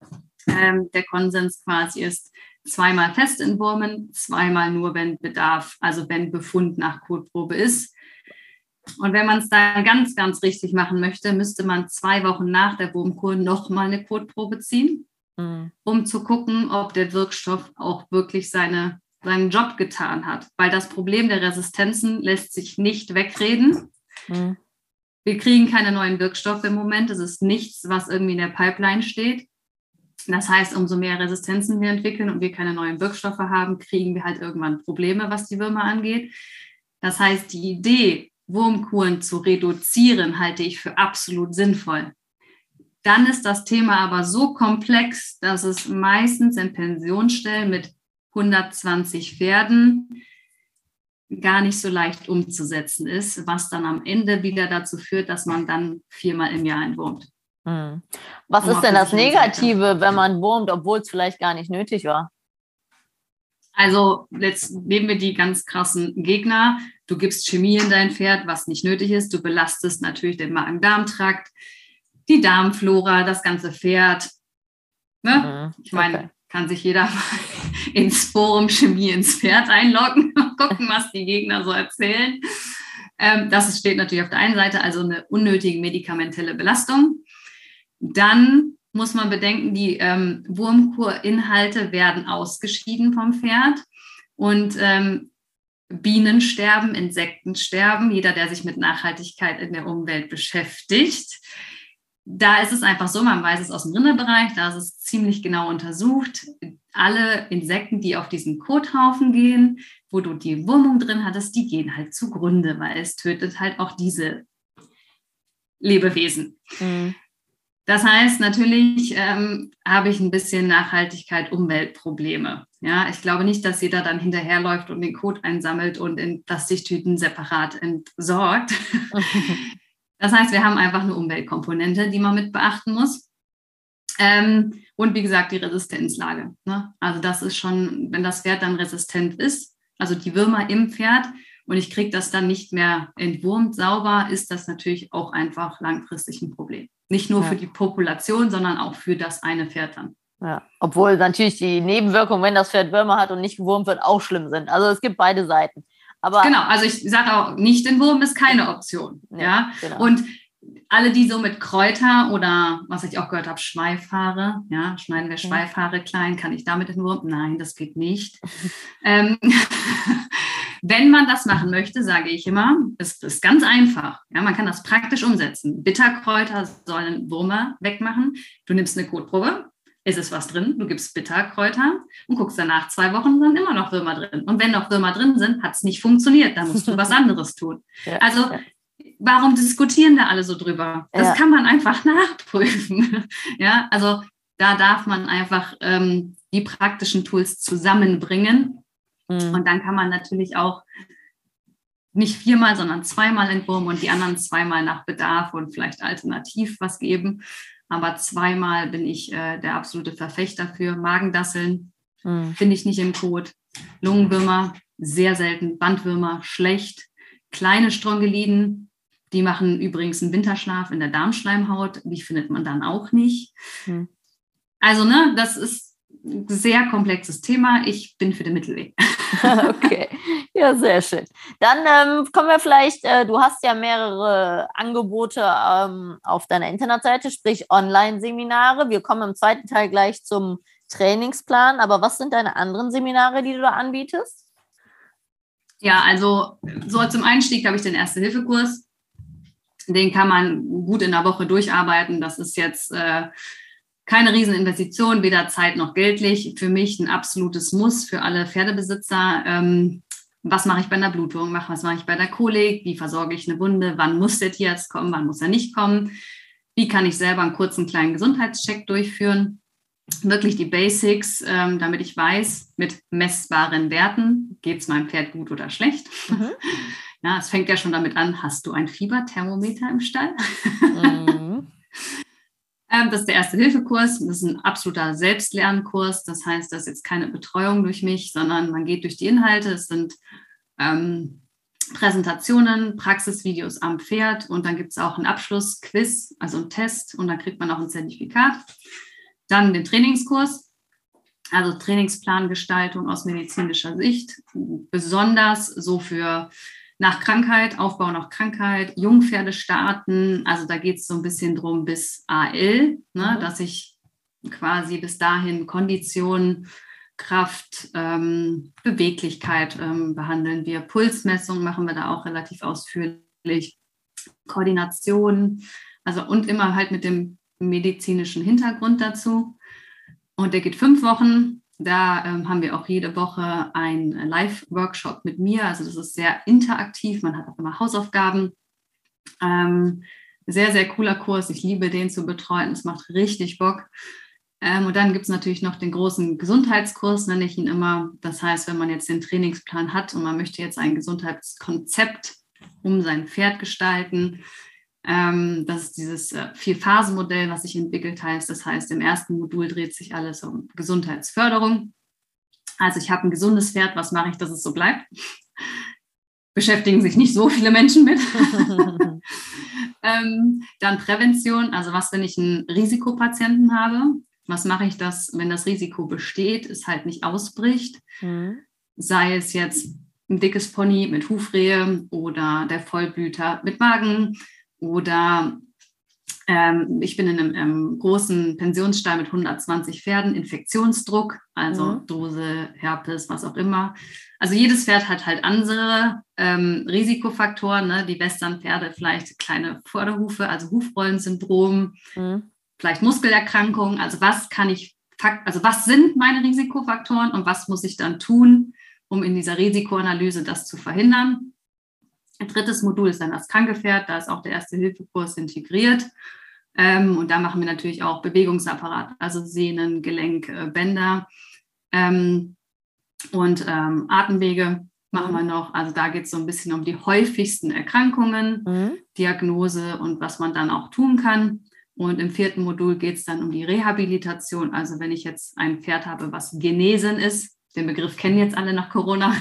Ähm, der Konsens quasi ist, zweimal fest entwurmen, zweimal nur, wenn Bedarf, also wenn Befund nach Kotprobe ist. Und wenn man es dann ganz, ganz richtig machen möchte, müsste man zwei Wochen nach der Wurmkur nochmal eine Kotprobe ziehen, mhm. um zu gucken, ob der Wirkstoff auch wirklich seine, seinen Job getan hat. Weil das Problem der Resistenzen lässt sich nicht wegreden. Mhm. Wir kriegen keine neuen Wirkstoffe im Moment. Es ist nichts, was irgendwie in der Pipeline steht. Das heißt, umso mehr Resistenzen wir entwickeln und wir keine neuen Wirkstoffe haben, kriegen wir halt irgendwann Probleme, was die Würmer angeht. Das heißt, die Idee, Wurmkuren zu reduzieren, halte ich für absolut sinnvoll. Dann ist das Thema aber so komplex, dass es meistens in Pensionsstellen mit hundertzwanzig Pferden gar nicht so leicht umzusetzen ist, was dann am Ende wieder dazu führt, dass man dann viermal im Jahr entwurmt. Hm. Was ist denn das Negative, wenn man wurmt, obwohl es vielleicht gar nicht nötig war? Also jetzt nehmen wir die ganz krassen Gegner. Du gibst Chemie in dein Pferd, was nicht nötig ist. Du belastest natürlich den Magen-Darm-Trakt, die Darmflora, das ganze Pferd. Ne? Mhm, ich meine, okay. Kann sich jeder mal ins Forum Chemie ins Pferd einloggen und gucken, was die Gegner so erzählen. Ähm, das steht natürlich auf der einen Seite, also eine unnötige medikamentelle Belastung. Dann muss man bedenken, die ähm, Wurmkurinhalte werden ausgeschieden vom Pferd und ähm, Bienen sterben, Insekten sterben. Jeder, der sich mit Nachhaltigkeit in der Umwelt beschäftigt, da ist es einfach so, man weiß es aus dem Rinderbereich, da ist es ziemlich genau untersucht. Alle Insekten, die auf diesen Kothaufen gehen, wo du die Wurmung drin hattest, die gehen halt zugrunde, weil es tötet halt auch diese Lebewesen. Mhm. Das heißt, natürlich ähm, habe ich ein bisschen Nachhaltigkeit, Umweltprobleme. Ja, ich glaube nicht, dass jeder dann hinterherläuft und den Kot einsammelt und in Plastiktüten separat entsorgt. Das heißt, wir haben einfach eine Umweltkomponente, die man mit beachten muss. Ähm, und wie gesagt, die Resistenzlage. Ne? Also das ist schon, wenn das Pferd dann resistent ist, also die Würmer im Pferd, und ich kriege das dann nicht mehr entwurmt sauber, ist das natürlich auch einfach langfristig ein Problem. Nicht nur ja. für die Population, sondern auch für das eine Pferd dann. Ja, obwohl natürlich die Nebenwirkungen, wenn das Pferd Würmer hat und nicht gewurmt wird, auch schlimm sind. Also es gibt beide Seiten. Aber genau, also ich sage auch, nicht entwurmen ist keine Option. Ja, ja? Genau. Und alle, die so mit Kräuter oder, was ich auch gehört habe, Schweifhaare, ja, schneiden wir Schweifhaare klein, kann ich damit entwurmen? Nein, das geht nicht. ähm, Wenn man das machen möchte, sage ich immer, es ist ganz einfach. Ja, man kann das praktisch umsetzen. Bitterkräuter sollen Würmer wegmachen. Du nimmst eine Kotprobe, ist es was drin, du gibst Bitterkräuter und guckst danach zwei Wochen, sind immer noch Würmer drin. Und wenn noch Würmer drin sind, hat es nicht funktioniert, dann musst du was anderes tun. Ja, also ja. Warum diskutieren da alle so drüber? Das ja. kann man einfach nachprüfen. Ja, also da darf man einfach ähm, die praktischen Tools zusammenbringen. Und dann kann man natürlich auch nicht viermal, sondern zweimal entwurmen und die anderen zweimal nach Bedarf und vielleicht alternativ was geben. Aber zweimal bin ich äh, der absolute Verfechter für. Magendasseln mhm. finde ich nicht im Kot. Lungenwürmer, sehr selten. Bandwürmer, schlecht. Kleine Strongeliden, die machen übrigens einen Winterschlaf in der Darmschleimhaut. Die findet man dann auch nicht. Mhm. Also, ne, das ist sehr komplexes Thema. Ich bin für den Mittelweg. Okay, ja, sehr schön. Dann ähm, kommen wir vielleicht, äh, du hast ja mehrere Angebote ähm, auf deiner Internetseite, sprich Online-Seminare. Wir kommen im zweiten Teil gleich zum Trainingsplan, aber was sind deine anderen Seminare, die du da anbietest? Ja, also so zum Einstieg habe ich den Erste-Hilfe-Kurs. Den kann man gut in der Woche durcharbeiten. Das ist jetzt äh, keine Rieseninvestition, weder Zeit noch geldlich. Für mich ein absolutes Muss für alle Pferdebesitzer. Ähm, was mache ich bei einer Blutung? Was mache ich bei der Kolik? Wie versorge ich eine Wunde? Wann muss der Tierarzt kommen? Wann muss er nicht kommen? Wie kann ich selber einen kurzen kleinen Gesundheitscheck durchführen? Wirklich die Basics, ähm, damit ich weiß, mit messbaren Werten, geht es meinem Pferd gut oder schlecht. Mhm. Ja, es fängt ja schon damit an, hast du ein Fieberthermometer im Stall? Mhm. ähm, das ist der Erste-Hilfe-Kurs. Das ist ein absoluter Selbstlernkurs. Das heißt, das ist jetzt keine Betreuung durch mich, sondern man geht durch die Inhalte. Es sind ähm, Präsentationen, Praxisvideos am Pferd und dann gibt es auch einen Abschlussquiz, also einen Test und dann kriegt man auch ein Zertifikat. Dann den Trainingskurs, also Trainingsplangestaltung aus medizinischer Sicht, besonders so für nach Krankheit, Aufbau nach Krankheit, Jungpferde starten, also da geht es so ein bisschen drum bis A L, ne, mhm. dass ich quasi bis dahin Kondition, Kraft, ähm, Beweglichkeit ähm, behandeln wir, Pulsmessung machen wir da auch relativ ausführlich, Koordination, also und immer halt mit dem medizinischen Hintergrund dazu. Und der geht fünf Wochen. Da ähm, haben wir auch jede Woche einen Live-Workshop mit mir. Also das ist sehr interaktiv. Man hat auch immer Hausaufgaben. Ähm, sehr, sehr cooler Kurs. Ich liebe den zu betreuen. Es macht richtig Bock. Ähm, und dann gibt es natürlich noch den großen Gesundheitskurs, nenne ich ihn immer. Das heißt, wenn man jetzt den Trainingsplan hat und man möchte jetzt ein Gesundheitskonzept um sein Pferd gestalten, Ähm, das ist dieses äh, Vier-Phasen-Modell, was sich entwickelt heißt. Das heißt, im ersten Modul dreht sich alles um Gesundheitsförderung. Also ich habe ein gesundes Pferd, was mache ich, dass es so bleibt? Beschäftigen sich nicht so viele Menschen mit. ähm, dann Prävention, also was, wenn ich einen Risikopatienten habe? Was mache ich, dass, wenn das Risiko besteht, es halt nicht ausbricht? Mhm. Sei es jetzt ein dickes Pony mit Hufrehe oder der Vollblüter mit Magen. Oder ähm, ich bin in einem, einem großen Pensionsstall mit hundertzwanzig Pferden, Infektionsdruck, also mhm. Dose, Herpes, was auch immer. Also jedes Pferd hat halt andere ähm, Risikofaktoren. Ne? Die Westernpferde vielleicht kleine Vorderhufe, also Hufrollensyndrom, mhm. vielleicht Muskelerkrankungen. Also was kann ich, also was sind meine Risikofaktoren und was muss ich dann tun, um in dieser Risikoanalyse das zu verhindern? Ein drittes Modul ist dann das kranke Pferd, da ist auch der Erste-Hilfe-Kurs integriert. Ähm, und da machen wir natürlich auch Bewegungsapparat, also Sehnen, Gelenk, äh, Bänder ähm, und ähm, Atemwege machen mhm. wir noch. Also da geht es so ein bisschen um die häufigsten Erkrankungen, mhm. Diagnose und was man dann auch tun kann. Und im vierten Modul geht es dann um die Rehabilitation. Also wenn ich jetzt ein Pferd habe, was genesen ist, den Begriff kennen jetzt alle nach Corona,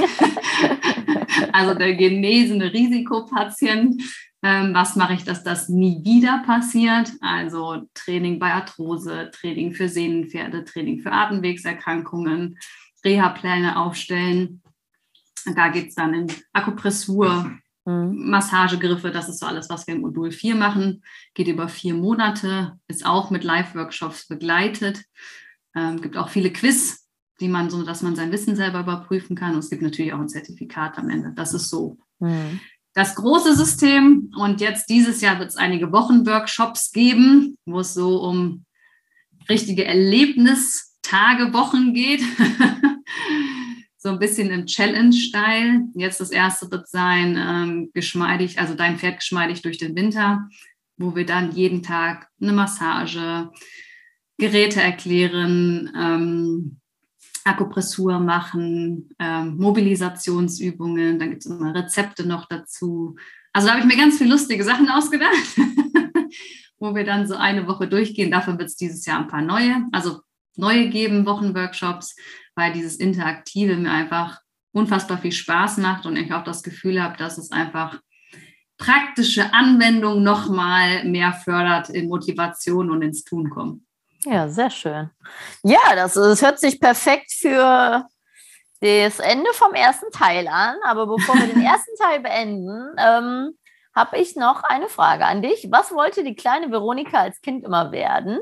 also der genesene Risikopatient. Ähm, was mache ich, dass das nie wieder passiert? Also Training bei Arthrose, Training für Sehnenpferde, Training für Atemwegserkrankungen, Reha-Pläne aufstellen. Da geht es dann in Akupressur, mhm. Massagegriffe, das ist so alles, was wir im Modul vier machen. Geht über vier Monate, ist auch mit Live-Workshops begleitet. Ähm, gibt auch viele Quiz, die man so, dass man sein Wissen selber überprüfen kann. Und es gibt natürlich auch ein Zertifikat am Ende. Das ist so mhm. das große System. Und jetzt dieses Jahr wird es einige Wochenworkshops geben, wo es so um richtige Erlebnistage, Wochen geht. So ein bisschen im Challenge-Style. Jetzt das erste wird sein, ähm, geschmeidig, also dein Pferd geschmeidig durch den Winter, wo wir dann jeden Tag eine Massage, Geräte erklären, ähm, Akupressur machen, ähm, Mobilisationsübungen, dann gibt es immer Rezepte noch dazu. Also da habe ich mir ganz viele lustige Sachen ausgedacht, wo wir dann so eine Woche durchgehen. Dafür wird es dieses Jahr ein paar neue, also neue geben, Wochenworkshops, weil dieses Interaktive mir einfach unfassbar viel Spaß macht und ich auch das Gefühl habe, dass es einfach praktische Anwendung nochmal mehr fördert in Motivation und ins Tun kommen. Ja, sehr schön. Ja, das, das hört sich perfekt für das Ende vom ersten Teil an. Aber bevor wir den ersten Teil beenden, ähm, habe ich noch eine Frage an dich. Was wollte die kleine Veronika als Kind immer werden?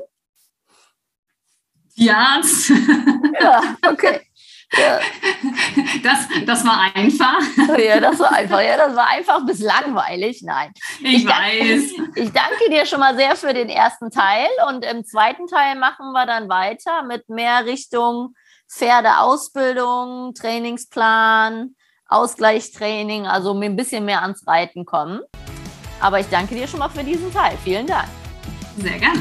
Tierarzt. Ja, okay. Ja. Das, das war einfach. Ja, das war einfach. Ja, das war einfach bis langweilig. Nein. Ich, ich weiß. Danke, ich danke dir schon mal sehr für den ersten Teil. Und im zweiten Teil machen wir dann weiter mit mehr Richtung Pferdeausbildung, Trainingsplan, Ausgleichstraining, also ein bisschen mehr ans Reiten kommen. Aber ich danke dir schon mal für diesen Teil. Vielen Dank. Sehr gerne.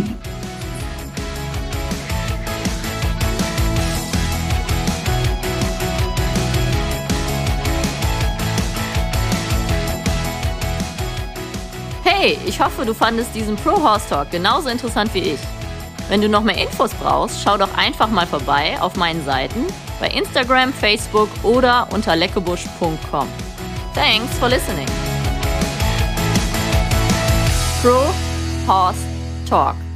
Hey, ich hoffe, du fandest diesen Pro Horse Talk genauso interessant wie ich. Wenn du noch mehr Infos brauchst, schau doch einfach mal vorbei auf meinen Seiten bei Instagram, Facebook oder unter leckebusch punkt com. Thanks for listening. Pro Horse Talk.